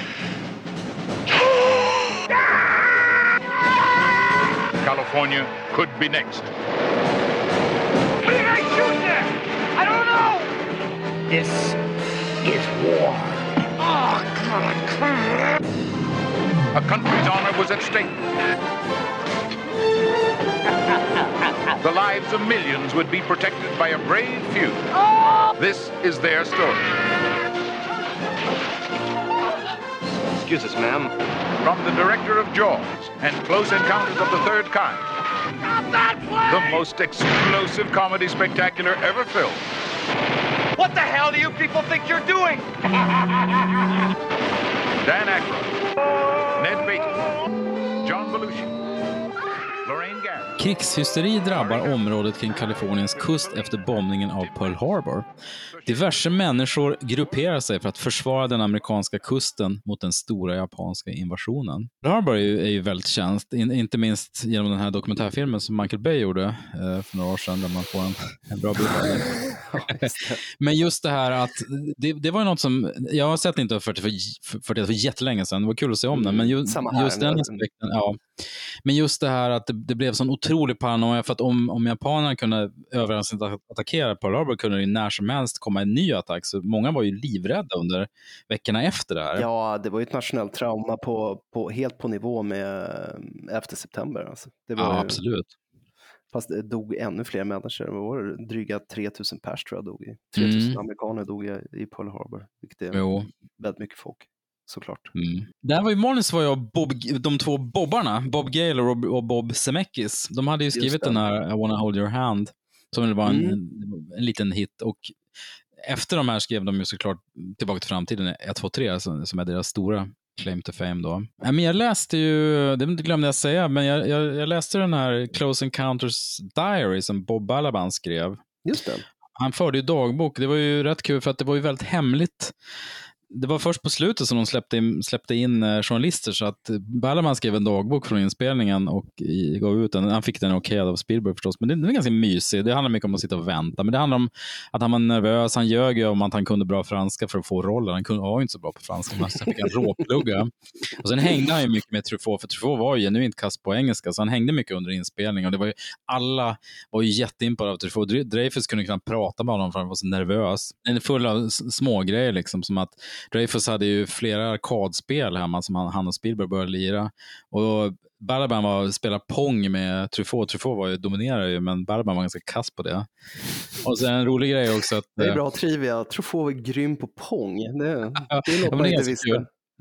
California could be next. What did I shoot there? I don't know! This is war. Oh, God. A country's honor was at stake. The lives of millions would be protected by a brave few. Oh! This is their story. Excuse us, ma'am. From the director of Jaws and Close Encounters of the Third Kind. The most explosive comedy spectacular ever filmed. What the hell do you people think you're doing? Dan Aykroyd, Ned Beatty, John Belushi, Lorraine Gary. Krigshysteri drabbar området kring Kaliforniens kust efter bombningen av Pearl Harbor. Diverse människor grupperar sig för att försvara den amerikanska kusten mot den stora japanska invasionen. Pearl Harbor är ju, är ju väldigt känt, in, inte minst genom den här dokumentärfilmen som Michael Bay gjorde eh, för några år sedan, där man får en, en bra bild av det. Men just det här att det, det var ju något som jag har sett inte för, för, för, för, för jättelänge sedan. Det var kul att se om den, men ju, just den aspekten, ja. Men just det här att det, det blev sån otrolig paranoia, för att om, om japanerna kunde överraskande attackera Pearl Harbor kunde det när som helst komma en ny attack, så många var ju livrädda under veckorna efter det här. Ja, det var ju ett nationellt trauma på, på, helt på nivå med elfte september. Alltså. Det var ja, ju, absolut. Fast det dog ännu fler människor. Det var dryga tre tusen pers tror jag dog i. tre tusen mm. amerikaner dog i Pearl Harbor, vilket är jo. väldigt mycket folk. Såklart. Mm. Det här var ju Månens var jag Bob, de två Bobbarna, Bob Gale och, och Bob Zemeckis. De hade ju skrivit den här I wanna hold your hand, som var en, mm. en, en liten hit, och efter de här skrev de ju såklart Tillbaka till framtiden ett, två, tre, alltså, som är deras stora claim to fame då. Men jag läste ju, det glömde jag säga, men jag, jag, jag läste den här Close Encounters Diary som Bob Balaban skrev. Just det. Han förde ju dagbok, det var ju rätt kul för att det var ju väldigt hemligt. Det var först på slutet som de släppte in, släppte in eh, journalister, så att Balaban skrev en dagbok från inspelningen och i, gav ut den. Han fick den okej av Spielberg förstås, men det, det var ganska mysigt. Det handlar mycket om att sitta och vänta, men det handlar om att han var nervös. Han ljög ju om att han kunde bra franska för att få rollen. Han kunde, var ju inte så bra på franska, men sen fick han råplugga. Och sen hängde han ju mycket med Truffaut, för Truffaut var ju genuint kast på engelska, så han hängde mycket under inspelningen. Och det var ju, alla var ju jätteimponerade av Truffaut. Dreyfus kunde knappt prata med honom för han var så nervös. Den är full av små grejer liksom, som att Dreyfus hade ju flera arkadspel hemma som han, han och Spielberg började lira. Och Balaban var spela pong med Truffaut. Truffaut var ju, dominerade ju, men Balaban var ganska kass på det. Och sen en rolig grej också att... Det är bra trivia. Truffaut var grym på pong. Det, det är något man inte visste.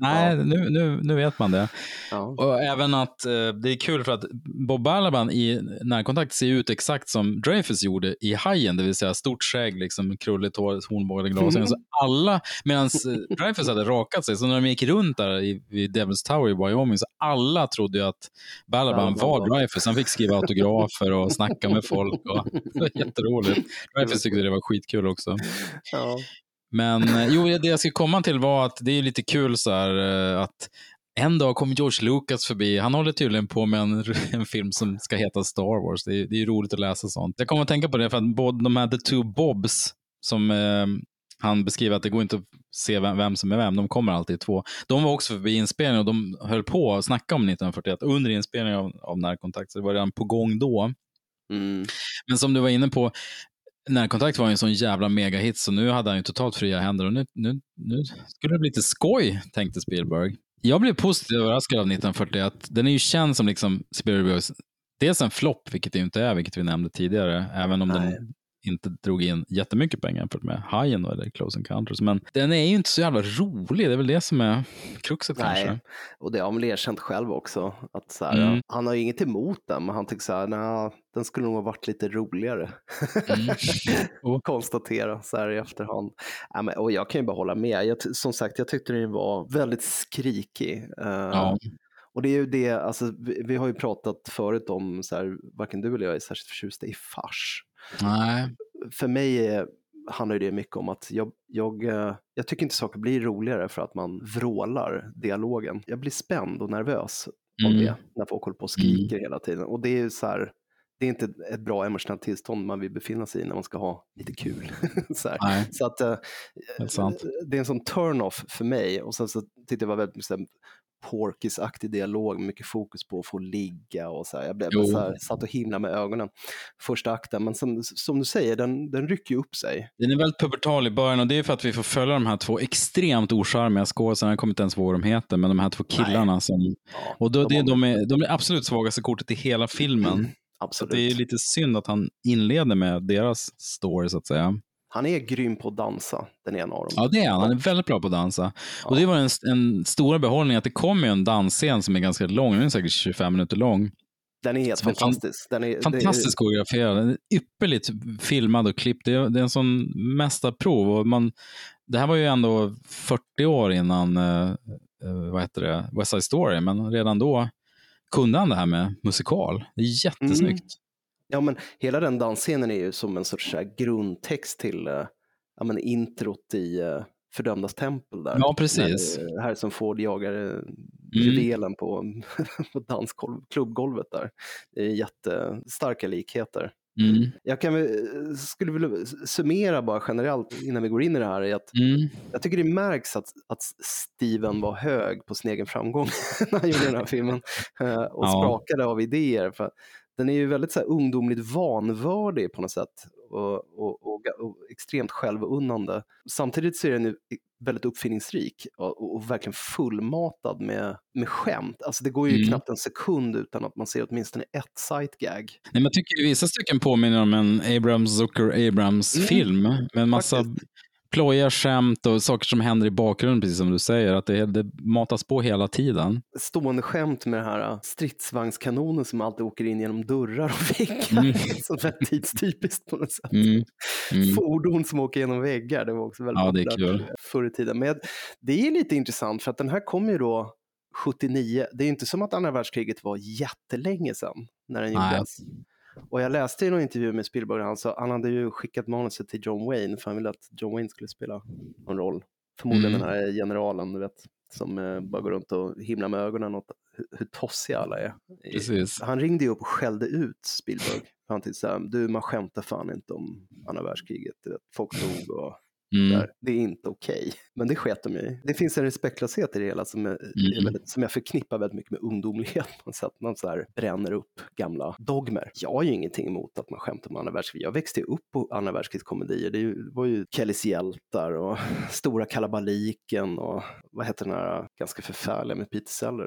Nej, ja. nu, nu, nu vet man det. Ja. Och även att eh, det är kul för att Bob Balaban i Närkontakt ser ut exakt som Dreyfuss gjorde i Hajen, det vill säga stort skägg, liksom krulligt hår, hornbågade glasögon. Mm. Så alla, medan eh, Dreyfuss hade rakat sig, så när de gick runt där i, i Devil's Tower i Wyoming, så alla trodde ju att Balaban ja, var Dreyfuss. Han fick skriva autografer och snacka med folk. Och, det var jätteroligt. Dreyfuss tyckte det var skitkul också. Ja. Men jo, det jag skulle komma till var att det är lite kul så här att en dag kom George Lucas förbi. Han håller tydligen på med en, en film som ska heta Star Wars. Det är, det är roligt att läsa sånt. Jag kommer att tänka på det för att både de här The Two Bobs som eh, han beskriver att det går inte att se vem, vem som är vem. De kommer alltid i två. De var också förbi inspelningen och de höll på att snacka om nittonhundrafyrtioett under inspelningen av, av Närkontakt. Så det var redan på gång då. Mm. Men som du var inne på, Närkontakt var en sån jävla megahit så nu hade han ju totalt fria händer och nu, nu, nu skulle det bli lite skoj, tänkte Spielberg. Jag blev positivt överraskad av nittonhundrafyrtioett. Den är ju känd som liksom Spielbergs, dels en flopp, vilket det ju inte är, vilket vi nämnde tidigare, även om Nej. den inte drog in jättemycket pengar jämfört med Hajen eller Close Encounters. Men den är ju inte så jävla rolig. Det är väl det som är kruxet. Nej. Kanske. Och det har man erkänt själv också. Att så här, mm. Han har ju inget emot den, men han tycker så här, nej, den skulle nog ha varit lite roligare. Mm. oh. Konstatera så här i efterhand. Ja, men, och jag kan ju bara hålla med. Jag, som sagt, jag tyckte den var väldigt skrikig. Uh, ja. Och det är ju det, alltså, vi, vi har ju pratat förut om så här, varken du eller jag är särskilt förtjusta i fars. Nej. För mig är, handlar det mycket om att jag, jag, jag tycker inte saker blir roligare för att man vrålar dialogen. Jag blir spänd och nervös mm. av det när folk håller på och skriker mm. hela tiden. Och det är ju så här, det är inte ett bra emotionellt tillstånd man vill befinna sig i när man ska ha lite kul. så, här. så att det är, det är en sån turn-off för mig. Och sen så tyckte jag var väldigt mycket Porkis-aktig dialog med mycket fokus på att få ligga och så här. Jag blev så här, satt och himla med ögonen första akten, men som, som du säger, den, den rycker ju upp sig. Den är väldigt pubertal i början och det är för att vi får följa de här två extremt ocharmiga skådespelarna. Jag kommer inte ens ihåg vad de heter, men de här två killarna som, ja, och då, de, det, de, är, de är absolut svagaste kortet i hela filmen. Mm, absolut. Så det är lite synd att han inleder med deras story så att säga. Han är grym på att dansa, den ena av dem. Ja, det är han. Han är väldigt bra på att dansa. Ja. Och det var en, en stor behållning att det kommer en dansscen som är ganska lång. Den är säkert tjugofem minuter lång. Den är helt så fantastisk. Den är, fantastiskt är... koreograferad. Den är ypperligt filmad och klippt. Det är, det är en sån mästarprov. Och man, det här var ju ändå fyrtio år innan uh, vad heter det? West Side Story. Men redan då kunde han det här med musikal. Det är jättesnyggt. Mm. Ja, men hela den dansscenen är ju som en sorts så här grundtext till uh, ja, men introt i uh, Fördömdas tempel där. Ja, precis. När, uh, Harrison Ford jagar uh, juvelen mm. på, på dansklubbgolvet där. Det är jättestarka likheter. Mm. Jag kan, skulle vilja summera bara generellt innan vi går in i det här är att mm. jag tycker det märks att, att Steven var hög på sin egen framgång när han gjorde den här filmen uh, och ja. sprakade av idéer för den är ju väldigt så här ungdomligt vanvördig på något sätt och, och, och, och extremt självunnande. Samtidigt så är den ju väldigt uppfinningsrik och, och verkligen fullmatad med, med skämt. Alltså det går ju mm. knappt en sekund utan att man ser åtminstone ett sight-gag. Nej, men jag tycker vissa stycken påminner om en Abrams Zucker Abrams mm. film med en massa Faktiskt. plojiga skämt och saker som händer i bakgrunden, precis som du säger, att det, det matas på hela tiden. Stående skämt med det här stridsvagnskanonen som alltid åker in genom dörrar och väggar. Mm. Som är tidstypiskt på något sätt. Mm. Mm. Fordon som åker genom väggar, det var också väldigt ja, det är kul. Förr i tiden. Men det är lite intressant för att den här kom ju då sjuttionio. Det är inte som att andra världskriget var jättelänge sedan när den gjordes. Och jag läste i någon intervju med Spielberg, han sa han hade ju skickat manuset till John Wayne för han ville att John Wayne skulle spela någon roll. Förmodligen mm. den här generalen, du vet, som eh, bara går runt och himlar med ögonen åt hur, hur tossiga alla är. Precis. Han ringde ju upp och skällde ut Spielberg. Han tyckte så här, du man skämtar fan inte om andra världskriget, du vet, folk dog och Mm. Där. Det är inte okej. Okay. Men det sket de i. Det finns en respektlöshet i det hela som, är, mm. är väldigt, som jag förknippar väldigt mycket med ungdomlighet. Så att man så här bränner upp gamla dogmer. Jag har ju ingenting emot att man skämtar om andra världskriget. Jag växte upp på andra världskrigskomedier. Det var ju Kellys hjältar och Stora kalabaliken och vad heter den här ganska förfärliga med Peter Sellers.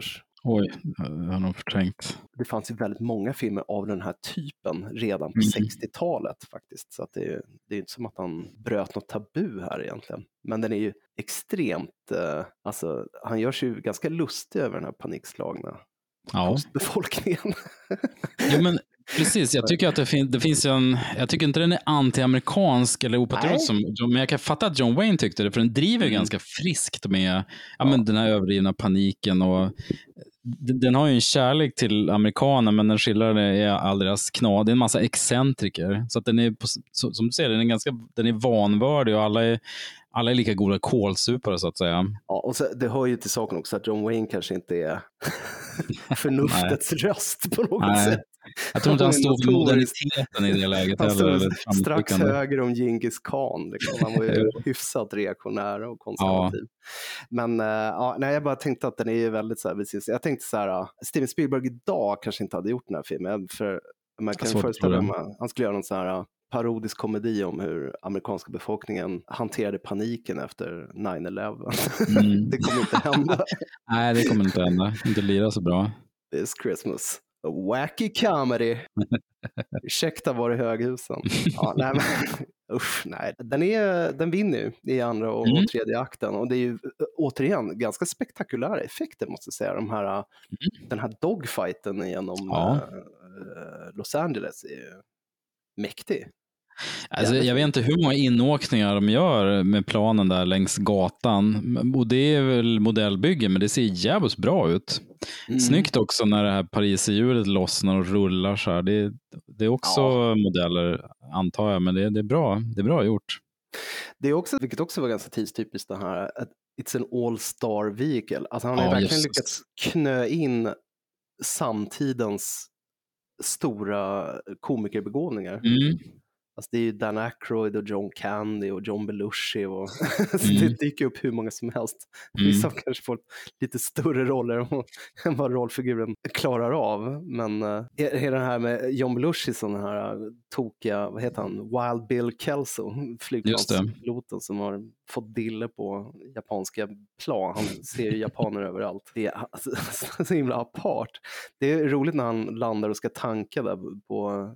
Oj, jag har nog förträngt. Det fanns ju väldigt många filmer av den här typen redan på mm. sextiotalet faktiskt. Så att det är, det är inte som att han bröt något tabu här egentligen. Men den är ju extremt, eh, alltså han gör sig ju ganska lustig över den här panikslagna ja. befolkningen. Ja, men precis, jag tycker att det, fin- det finns en, jag tycker inte den är anti-amerikansk eller opatriotisk som John, men jag kan fatta att John Wayne tyckte det, för den driver mm. ganska friskt med ja, ja. Men den här överdrivna paniken och den, den har ju en kärlek till amerikaner, men den skildrar det är alldeles knad, det är en massa excentriker, så att den är på, så, som du ser, den är ganska, den är vanvördig och alla är Alla är lika goda kolsupare så att säga. Ja, och så, det hör ju till saken också att John Wayne kanske inte är förnuftets röst på något Nej. sätt. Jag tror inte han står för moderniteten i det läget. Han står strax högre om Genghis Khan. Liksom. Han var ju hyfsat reaktionär och konservativ. Ja. Men uh, ja, nej, jag bara tänkte att den är ju väldigt så här, precis. Jag tänkte så här, uh, Steven Spielberg idag kanske inte hade gjort den här filmen. För man kan föreställa mig att han skulle göra någon så här uh, parodisk komedi om hur amerikanska befolkningen hanterade paniken efter nine eleven. Mm. Det kommer inte hända. Nej, det kommer inte hända. Inte lira så bra. This Christmas. A wacky comedy. Ursäkta var i höghusen. Ja, nej, men, usch, nej. Den, är, den vinner ju i andra och, mm. och tredje akten. Och det är ju återigen ganska spektakulära effekter måste jag säga. De här, mm. Den här dogfighten genom ja. uh, Los Angeles är ju mäktig. Alltså, jag vet inte hur många inåkningar de gör med planen där längs gatan. Och det är väl modellbygge, men det ser jävligt bra ut. Mm. Snyggt också när det här Paris-hjulet lossnar och rullar så här. Det, det är också ja. modeller, antar jag, men det, det är bra. Det är bra gjort. Det är också, vilket också var ganska tidstypiskt, det här att it's an all-star vehicle. Alltså han har ja, verkligen just. lyckats knö in samtidens stora komikerbegåvningar. Mm. Alltså det är ju Dan Aykroyd och John Candy och John Belushi och mm. det dyker upp hur många som helst. Mm. Vissa kanske får lite större roller än vad rollfiguren klarar av. Men uh, är det här med John Belushi, sån här uh, tokiga, vad heter han? Wild Bill Kelso, flygplanspiloten som har fått dille på japanska plan. Han ser ju japaner överallt. Det är alltså, så himla apart. Det är roligt när han landar och ska tanka där på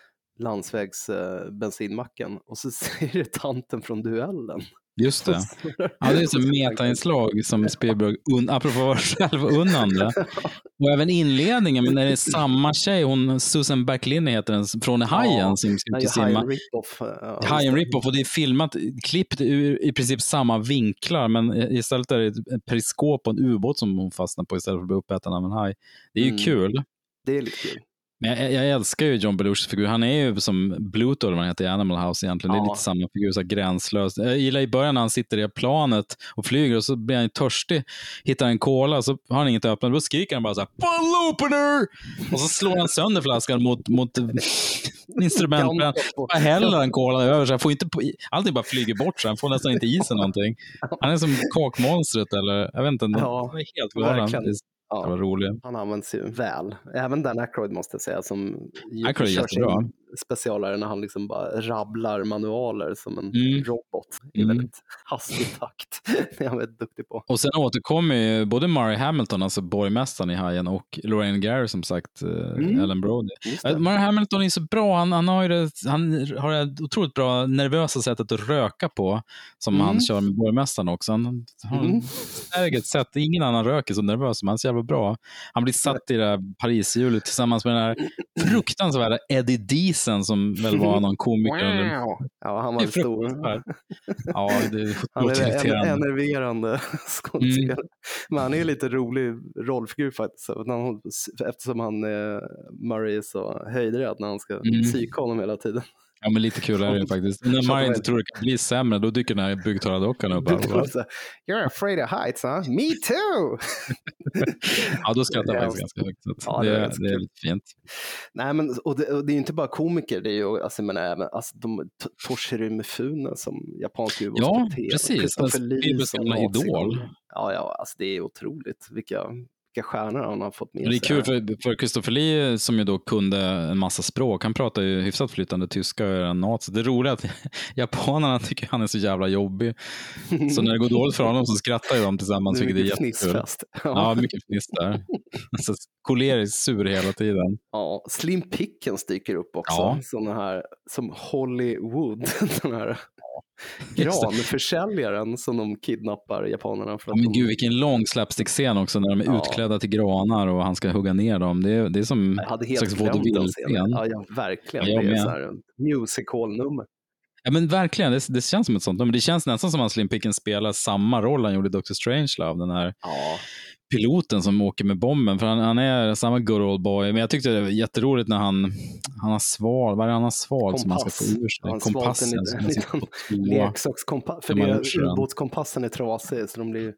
landsvägs uh, bensinmacken och så ser det tanten från Duellen. Just det. Ja, det är så metainslag som Spielberg, un- apropå var självunnande. Och även inledningen, men när det är samma tjej, hon Susan Berklin heter den, från Hajen ja, som ska ut simma. Rip-off. Ja, Hajen Rip-off, och det är filmat, klippt ur i princip samma vinklar, men istället är det ett periskop och en ubåt som hon fastnar på istället för att bli uppäten av en haj. Det är ju mm. kul. Det är lite kul. Men jag, jag älskar ju John Belushis figur. Han är ju som Bluto, eller vad han heter i Animal House egentligen. Ja. Det är lite samma figur, så gränslös. Jag gillar i början när han sitter i planet och flyger och så blir han ju törstig. Hittar en cola, så har han inget öppnat. Då skriker han bara så här, bottle opener! Och så slår han sönder flaskan mot, mot instrumentbrädan. Bara häller han cola över så han får inte, allting bara flyger bort så han får nästan inte i sig någonting. Han är som kakmonstret, eller jag vet inte. Ja, han är helt galen. Ja, det var roligt. Han används ju väl. Även Dan Aykroyd måste jag säga, som Aykroyd är jättebra. Specialare när han liksom bara rabblar manualer som en mm. robot i mm. väldigt hastig takt. Det är han väldigt duktig på. Och sen återkommer ju både Murray Hamilton, alltså borgmästaren i Hajen, och Lorraine Gary, som sagt, mm. Ellen Brody. Murray Hamilton är så bra. Han, han, har ju det, han har ett otroligt bra nervösa sättet att röka på, som mm. han kör med borgmästaren också. Han har mm. ett sätt. Ingen annan röker så nervös, men han är så jävla bra. Han blir satt i det här Paris-hjulet tillsammans med den här fruktansvärda Eddie Deason, som väl var någon komiker. Wow. Ja, han var stor. Ja, det är han är en enerverande skådespelare. Mm. Men han är lite rolig rollfigur faktiskt. Eftersom han är Murray så höjdrädd när han ska mm. psyka honom hela tiden. Ja, men lite kul är det faktiskt. När man inte tror det kan bli sämre, då dyker den här byggtorradockan upp. You're afraid of heights, huh? Me too! Ja, då skrattar jag faktiskt ganska högt. Ja, det, det, är, det är lite fint. Nej, men och det, och det är ju inte bara komiker, det är ju, alltså, men även alltså, de Toshiro Mifune som japansk ubåtskapten. Ja, precis. Det är som Idol. Ja, ja, alltså det är otroligt. Vilka vilka stjärnor han har fått med sig. Det är kul för, för Christopher Lee som ju då kunde en massa språk. Han pratar ju hyfsat flytande tyska och nazi. Det är roligt att japanerna tycker han är så jävla jobbig. Så när det går dåligt för honom så skrattar ju de tillsammans. Det är mycket fnissfest. Ja. ja, mycket fniss där. Så kolerisk sur hela tiden. Ja, Slim Pickens dyker upp också. Ja. Såna här, som Hollywood. Den här granförsäljaren som de kidnappar japanerna. För att ja, men de... gud, vilken lång slapstick-scen också när de är ja. utklädda till granar och han ska hugga ner dem. Det är, det är som jag hade helt glömt den scenen. Ja, ja, verkligen. Ja, det är så här en musical-nummer. Ja, men verkligen, det, det känns som ett sånt. Men det känns nästan som att Slim Pickens spelar samma roll han gjorde i Doctor Strangelove, den här ja. piloten som åker med bomben, för han, han är samma good old boy. Men jag tyckte det var jätteroligt när han han har sval, vad är det han har svalt som man ska få ur sig? Han kompassen. En liten leksakskompass, för det ubåtskompassen är trasig så de blir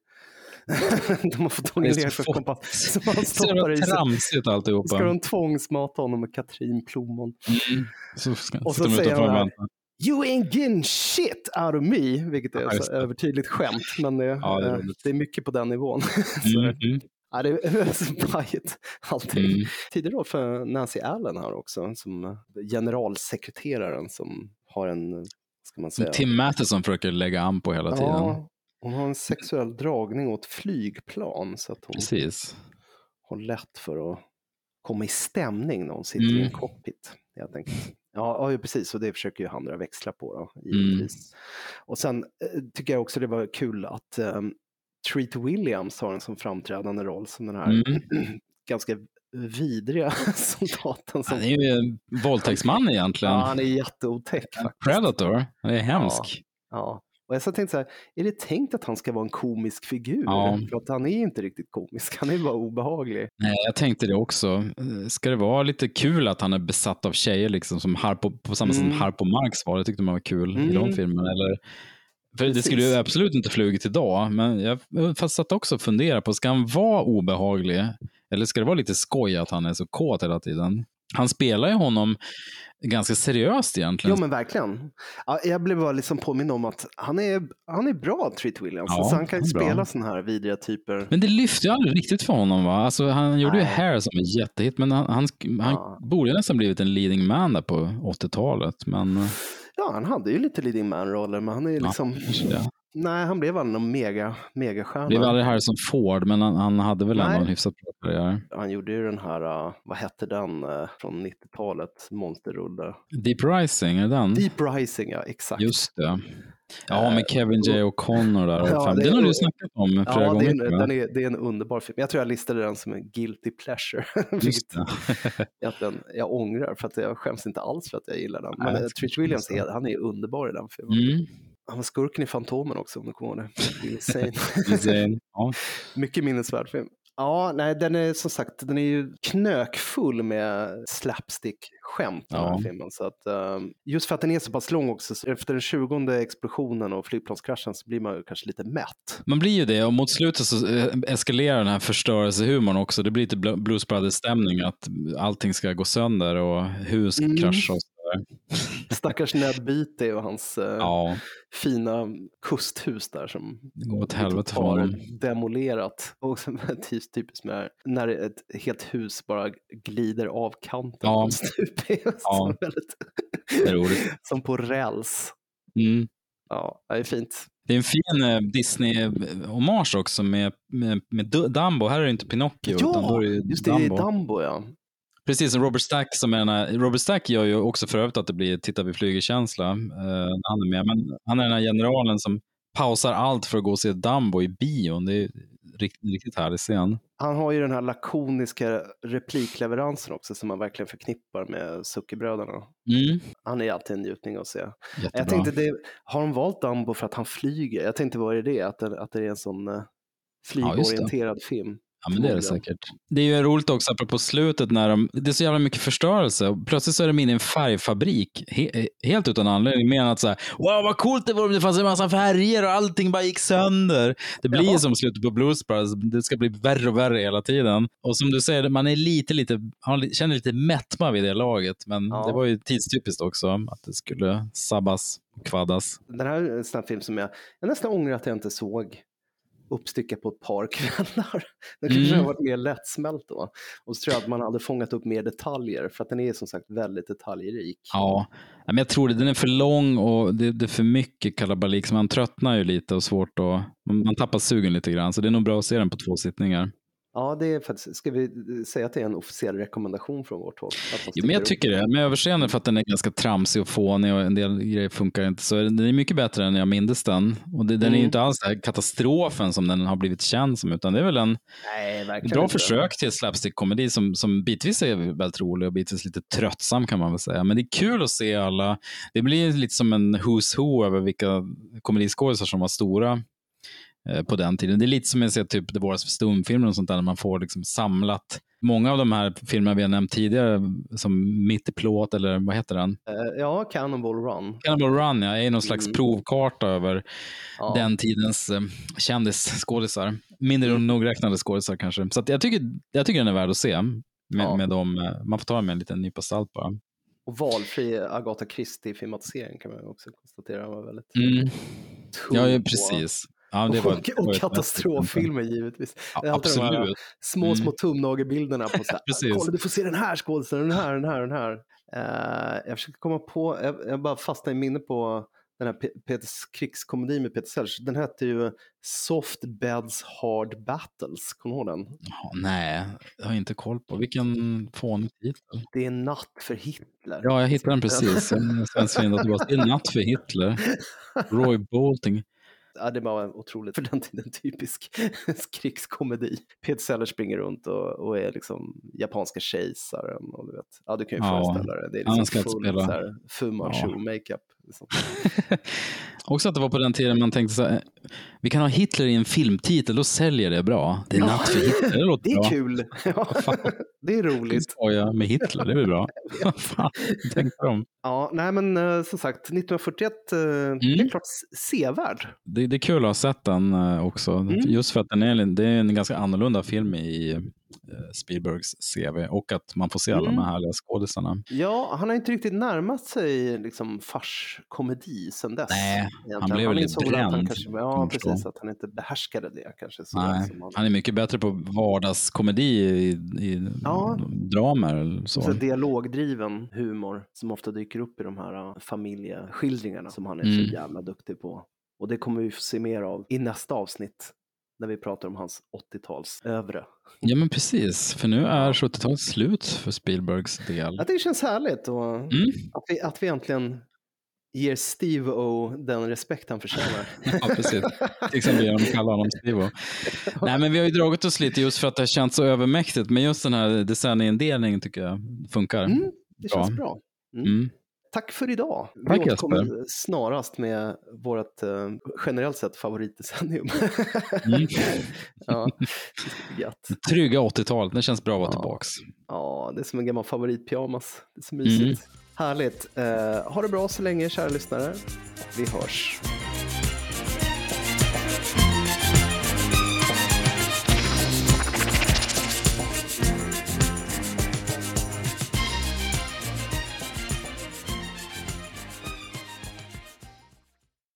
de har fått tag i en leksakskompass som man stoppar i sig. Tramsigt alltihopa. Ska de tvångsmata honom med Katrin Plommon. Mm. Så ska, och så säger han här, you ain't getting shit out of me, vilket är ja, så övertydligt skämt, men det, ja, det, är det är mycket på den nivån. så, mm, mm. Ja, det är så pajigt allting. Mm. Tidigare då för Nancy Allen här också, som generalsekreteraren som har en, ska man säga, Tim Matheson försöker lägga an på hela tiden. Ja, hon har en sexuell dragning åt flygplan så att hon Precis. har lätt för att komma i stämning när hon sitter mm. i en cockpit, helt enkelt. Ja, ja, precis. Och det försöker ju han dra växla på då, givetvis. Mm. Och sen eh, tycker jag också det var kul att eh, Treat Williams har en som framträdande roll som den här mm. ganska vidriga soldaten. Som... Han är ju en våldtäktsman egentligen. Ja, han är jätteotäck faktiskt. Predator, han är hemsk. Ja, ja. Och jag så tänkte så här, är det tänkt att han ska vara en komisk figur? Ja. För att han är inte riktigt komisk, han är bara obehaglig. Nej, jag tänkte det också. Ska det vara lite kul att han är besatt av tjejer liksom, som Harpo, på samma sätt mm. som Harpo Marx var? Det tyckte man var kul mm. i de filmerna. Eller... För Precis. Det skulle ju absolut inte flugit idag, men jag satt också och funderade på, ska han vara obehaglig? Eller ska det vara lite skoj att han är så kåt hela tiden? Han spelar ju honom ganska seriöst egentligen. Jo, men verkligen. Ja, jag blev bara liksom påminn om att han är, han är bra, Treat Williams. Ja, så han kan ju spela såna här vidriga typer. Men det lyfte ju aldrig riktigt för honom, va? Alltså, han gjorde Nej. ju Hair som en jättehit, men han, han, han ja. borde nästan blivit en leading man där på åttiotalet. Men... Ja, han hade ju lite leading man-roller, men han är ju liksom... Ja, Nej, han blev aldrig någon mega, megastjärna. Det var aldrig Harrison Ford, men han, han hade väl ändå en hyfsat bra karriär. Han gjorde ju den här, uh, vad hette den uh, från nittiotalet, monsterrulle. Deep Rising, är den? Deep Rising, ja, exakt. Just det. Ja, med Kevin J. O'Connor där. Ja, den har du snackat om flera ja, gånger. Ja, den är, det är en underbar film. Jag tror jag listade den som en guilty pleasure. Just det. jag, jag ångrar, för att jag skäms inte alls för att jag gillar den. Men uh, Treat Williams, är, han är underbar i den filmen. Mm. Han var skurken i Fantomen också, om du kommer ihåg det. Insane. Insane. Ja. Mycket minnesvärd film. Ja, nej, den är som sagt, den är ju knökfull med slapstick-skämt den här ja. filmen. Så att, um, just för att den är så pass lång också, så efter den tjugonde explosionen och flygplanskraschen så blir man ju kanske lite mätt. Man blir ju det, och mot slutet så eskalerar den här förstörelsehumorn också. Det blir lite Blues Brothers-stämning, att allting ska gå sönder och hus mm. kraschar och stackars Ned Beatty och hans eh, ja. fina kusthus där som går åt helvete för har demolerat. Och typiskt med när ett helt hus bara glider av kanten ja. på stupet. Ja. Väldigt... Det är roligt. Som på räls. Mm. Ja, det är fint. Det är en fin eh, Disney-hommage också med, med, med Dumbo. Här är det inte Pinocchio. Ja, utan då är det just det, Dumbo. Det är Dumbo, ja. Precis som Robert Stack som är den här, Robert Stack gör ju också för övrigt att det blir titta vi flyger-känsla eh, när han är med. Men han är den här generalen som pausar allt för att gå och se Dumbo i bion. Det är riktigt, riktigt härlig scen. Han har ju den här lakoniska replikleveransen också som man verkligen förknippar med Zuckerbröderna. Mm. Han är alltid en njutning att se. Jättebra. Jag tänkte, det, har de valt Dumbo för att han flyger? Jag tänkte, vad är det? Att det, att det är en sån uh, flygorienterad ja, film. Ja, men det är det säkert. Det är ju roligt också apropå slutet när de, det är så jävla mycket förstörelse och plötsligt så är de inne i en färgfabrik he, helt utan anledning, menar att så här, wow vad coolt det var om det fanns en massa färger och allting bara gick sönder. Det blir Jaha. som slutet på Blues Brothers, det ska bli värre och värre hela tiden. Och som du säger, man är lite, lite känner lite mättma vid det laget, men ja. det var ju tidstypiskt också att det skulle sabbas och kvaddas. Den här är en sån här film som jag, jag nästan ångrar att jag inte såg uppstycka på ett par kvällar. Det kanske mm. har varit mer lättsmält då. Och så tror jag att man hade fångat upp mer detaljer, för att den är som sagt väldigt detaljrik. Ja, men jag tror det, den är för lång och det, det är för mycket kalabalik, så man tröttnar ju lite och svårt att, man, man tappar sugen lite grann, så det är nog bra att se den på två sittningar. Ja, det är faktiskt, ska vi säga att det är en officiell rekommendation från vårt håll? Jo, men jag tycker det, med överseende för att den är ganska tramsig och fånig och en del grejer funkar inte, så den är mycket bättre än jag mindes den. Och det, den mm. är ju inte alls den här katastrofen som den har blivit känd som, utan det är väl en Nej, bra inte. försök till slapstick-komedi som, som bitvis är väldigt rolig och bitvis lite tröttsam kan man väl säga. Men det är kul att se alla, det blir lite som en who's who över vilka komediskådisar som var stora på den tiden. Det är lite som jag ser typ Det våras för stumfilmer och sånt där, när man får liksom samlat många av de här filmerna vi har nämnt tidigare, som Mitt i plåt, eller vad heter den? Uh, ja, Cannonball Run. Cannonball Run, ja, är någon slags mm. provkarta över ja. den tidens uh, kändisskådisar. Mindre mm. nogräknade skådisar kanske. Så att jag, tycker, jag tycker den är värd att se. Med, ja. med dem, uh, man får ta med en liten nypa salt bara. Och valfri Agatha Christie-filmatisering kan man också konstatera var väldigt mm. Ja, ja, precis. Ja, det var, och, och, och katastroffilmer givetvis. Ja, absolut. De små, mm. små tumnagelbilderna på så här, kolla du får se den här skådespelaren, den här, den här, den här. Uh, jag försöker komma på, jag, jag bara fastnade i minne på den här P- Peters krigskomedi med Peter Sellers. Den hette ju Soft Beds Hard Battles, kommer du ihåg den? Oh, nej, jag har inte koll på. Vilken fånig titel? Det är Natt för Hitler. Ja, jag hittade den precis. Det är Natt för Hitler. Roy Bolting. Ja, det var otroligt för den tiden, typisk krigskomedi. Peter Sellers springer runt och, och är liksom japanska kejsaren och du vet. Ja, du kan ju ja, föreställa dig. Det är liksom full så här Fu Manchu ja. makeup. Liksom. Också att det var på den tiden man tänkte så här, vi kan ha Hitler i en filmtitel, då säljer det bra. Det är Natt för Hitler, det låter det är bra. Kul. Ja, det är roligt. Ja, med Hitler, det är väl bra. Fan, tänkte de. Ja, nej men som sagt, nittonhundrafyrtioett mm. är klart sevärd. Det, det är kul att ha sett den också. Mm. Just för att den är, det är en ganska annorlunda film i Spielbergs C V, och att man får se alla mm. de här härliga skådisarna. Ja, han har inte riktigt närmat sig liksom farskomedi sen dess. Nej, han blev väl lite bränd. Kanske, ja, precis, att han inte behärskade det kanske. Så Nej, han... han är mycket bättre på vardagskomedi i, i ja. dramer. Eller så. Så dialogdriven humor som ofta dyker upp i de här familjeskildringarna som han är mm. så jävla duktig på. Och det kommer vi få se mer av i nästa avsnitt, när vi pratar om hans åttio-tals övre. Ja, men precis. För nu är sjuttiotalet slut för Spielbergs del. Ja, det känns härligt. Och mm. att, vi, att vi äntligen ger Steve-O den respekt han förtjänar. Ja, precis. Till exempel genom att kalla honom Steve-O. Nej, men vi har ju dragit oss lite just för att det har känts så övermäktigt. Men just den här decennieindelningen tycker jag funkar. Mm, det känns bra. bra. Mm. Mm. Tack för idag. Vi Tack, återkommer Jesper. snarast med vårt uh, generellt sett favoritdecennium. Mm. Ja, trygga åttiotalet, det känns bra att vara ja. tillbaks. Ja, det är som en gammal favoritpyjamas. Det är så mysigt. Mm. Härligt. Uh, ha det bra så länge, kära lyssnare. Vi hörs.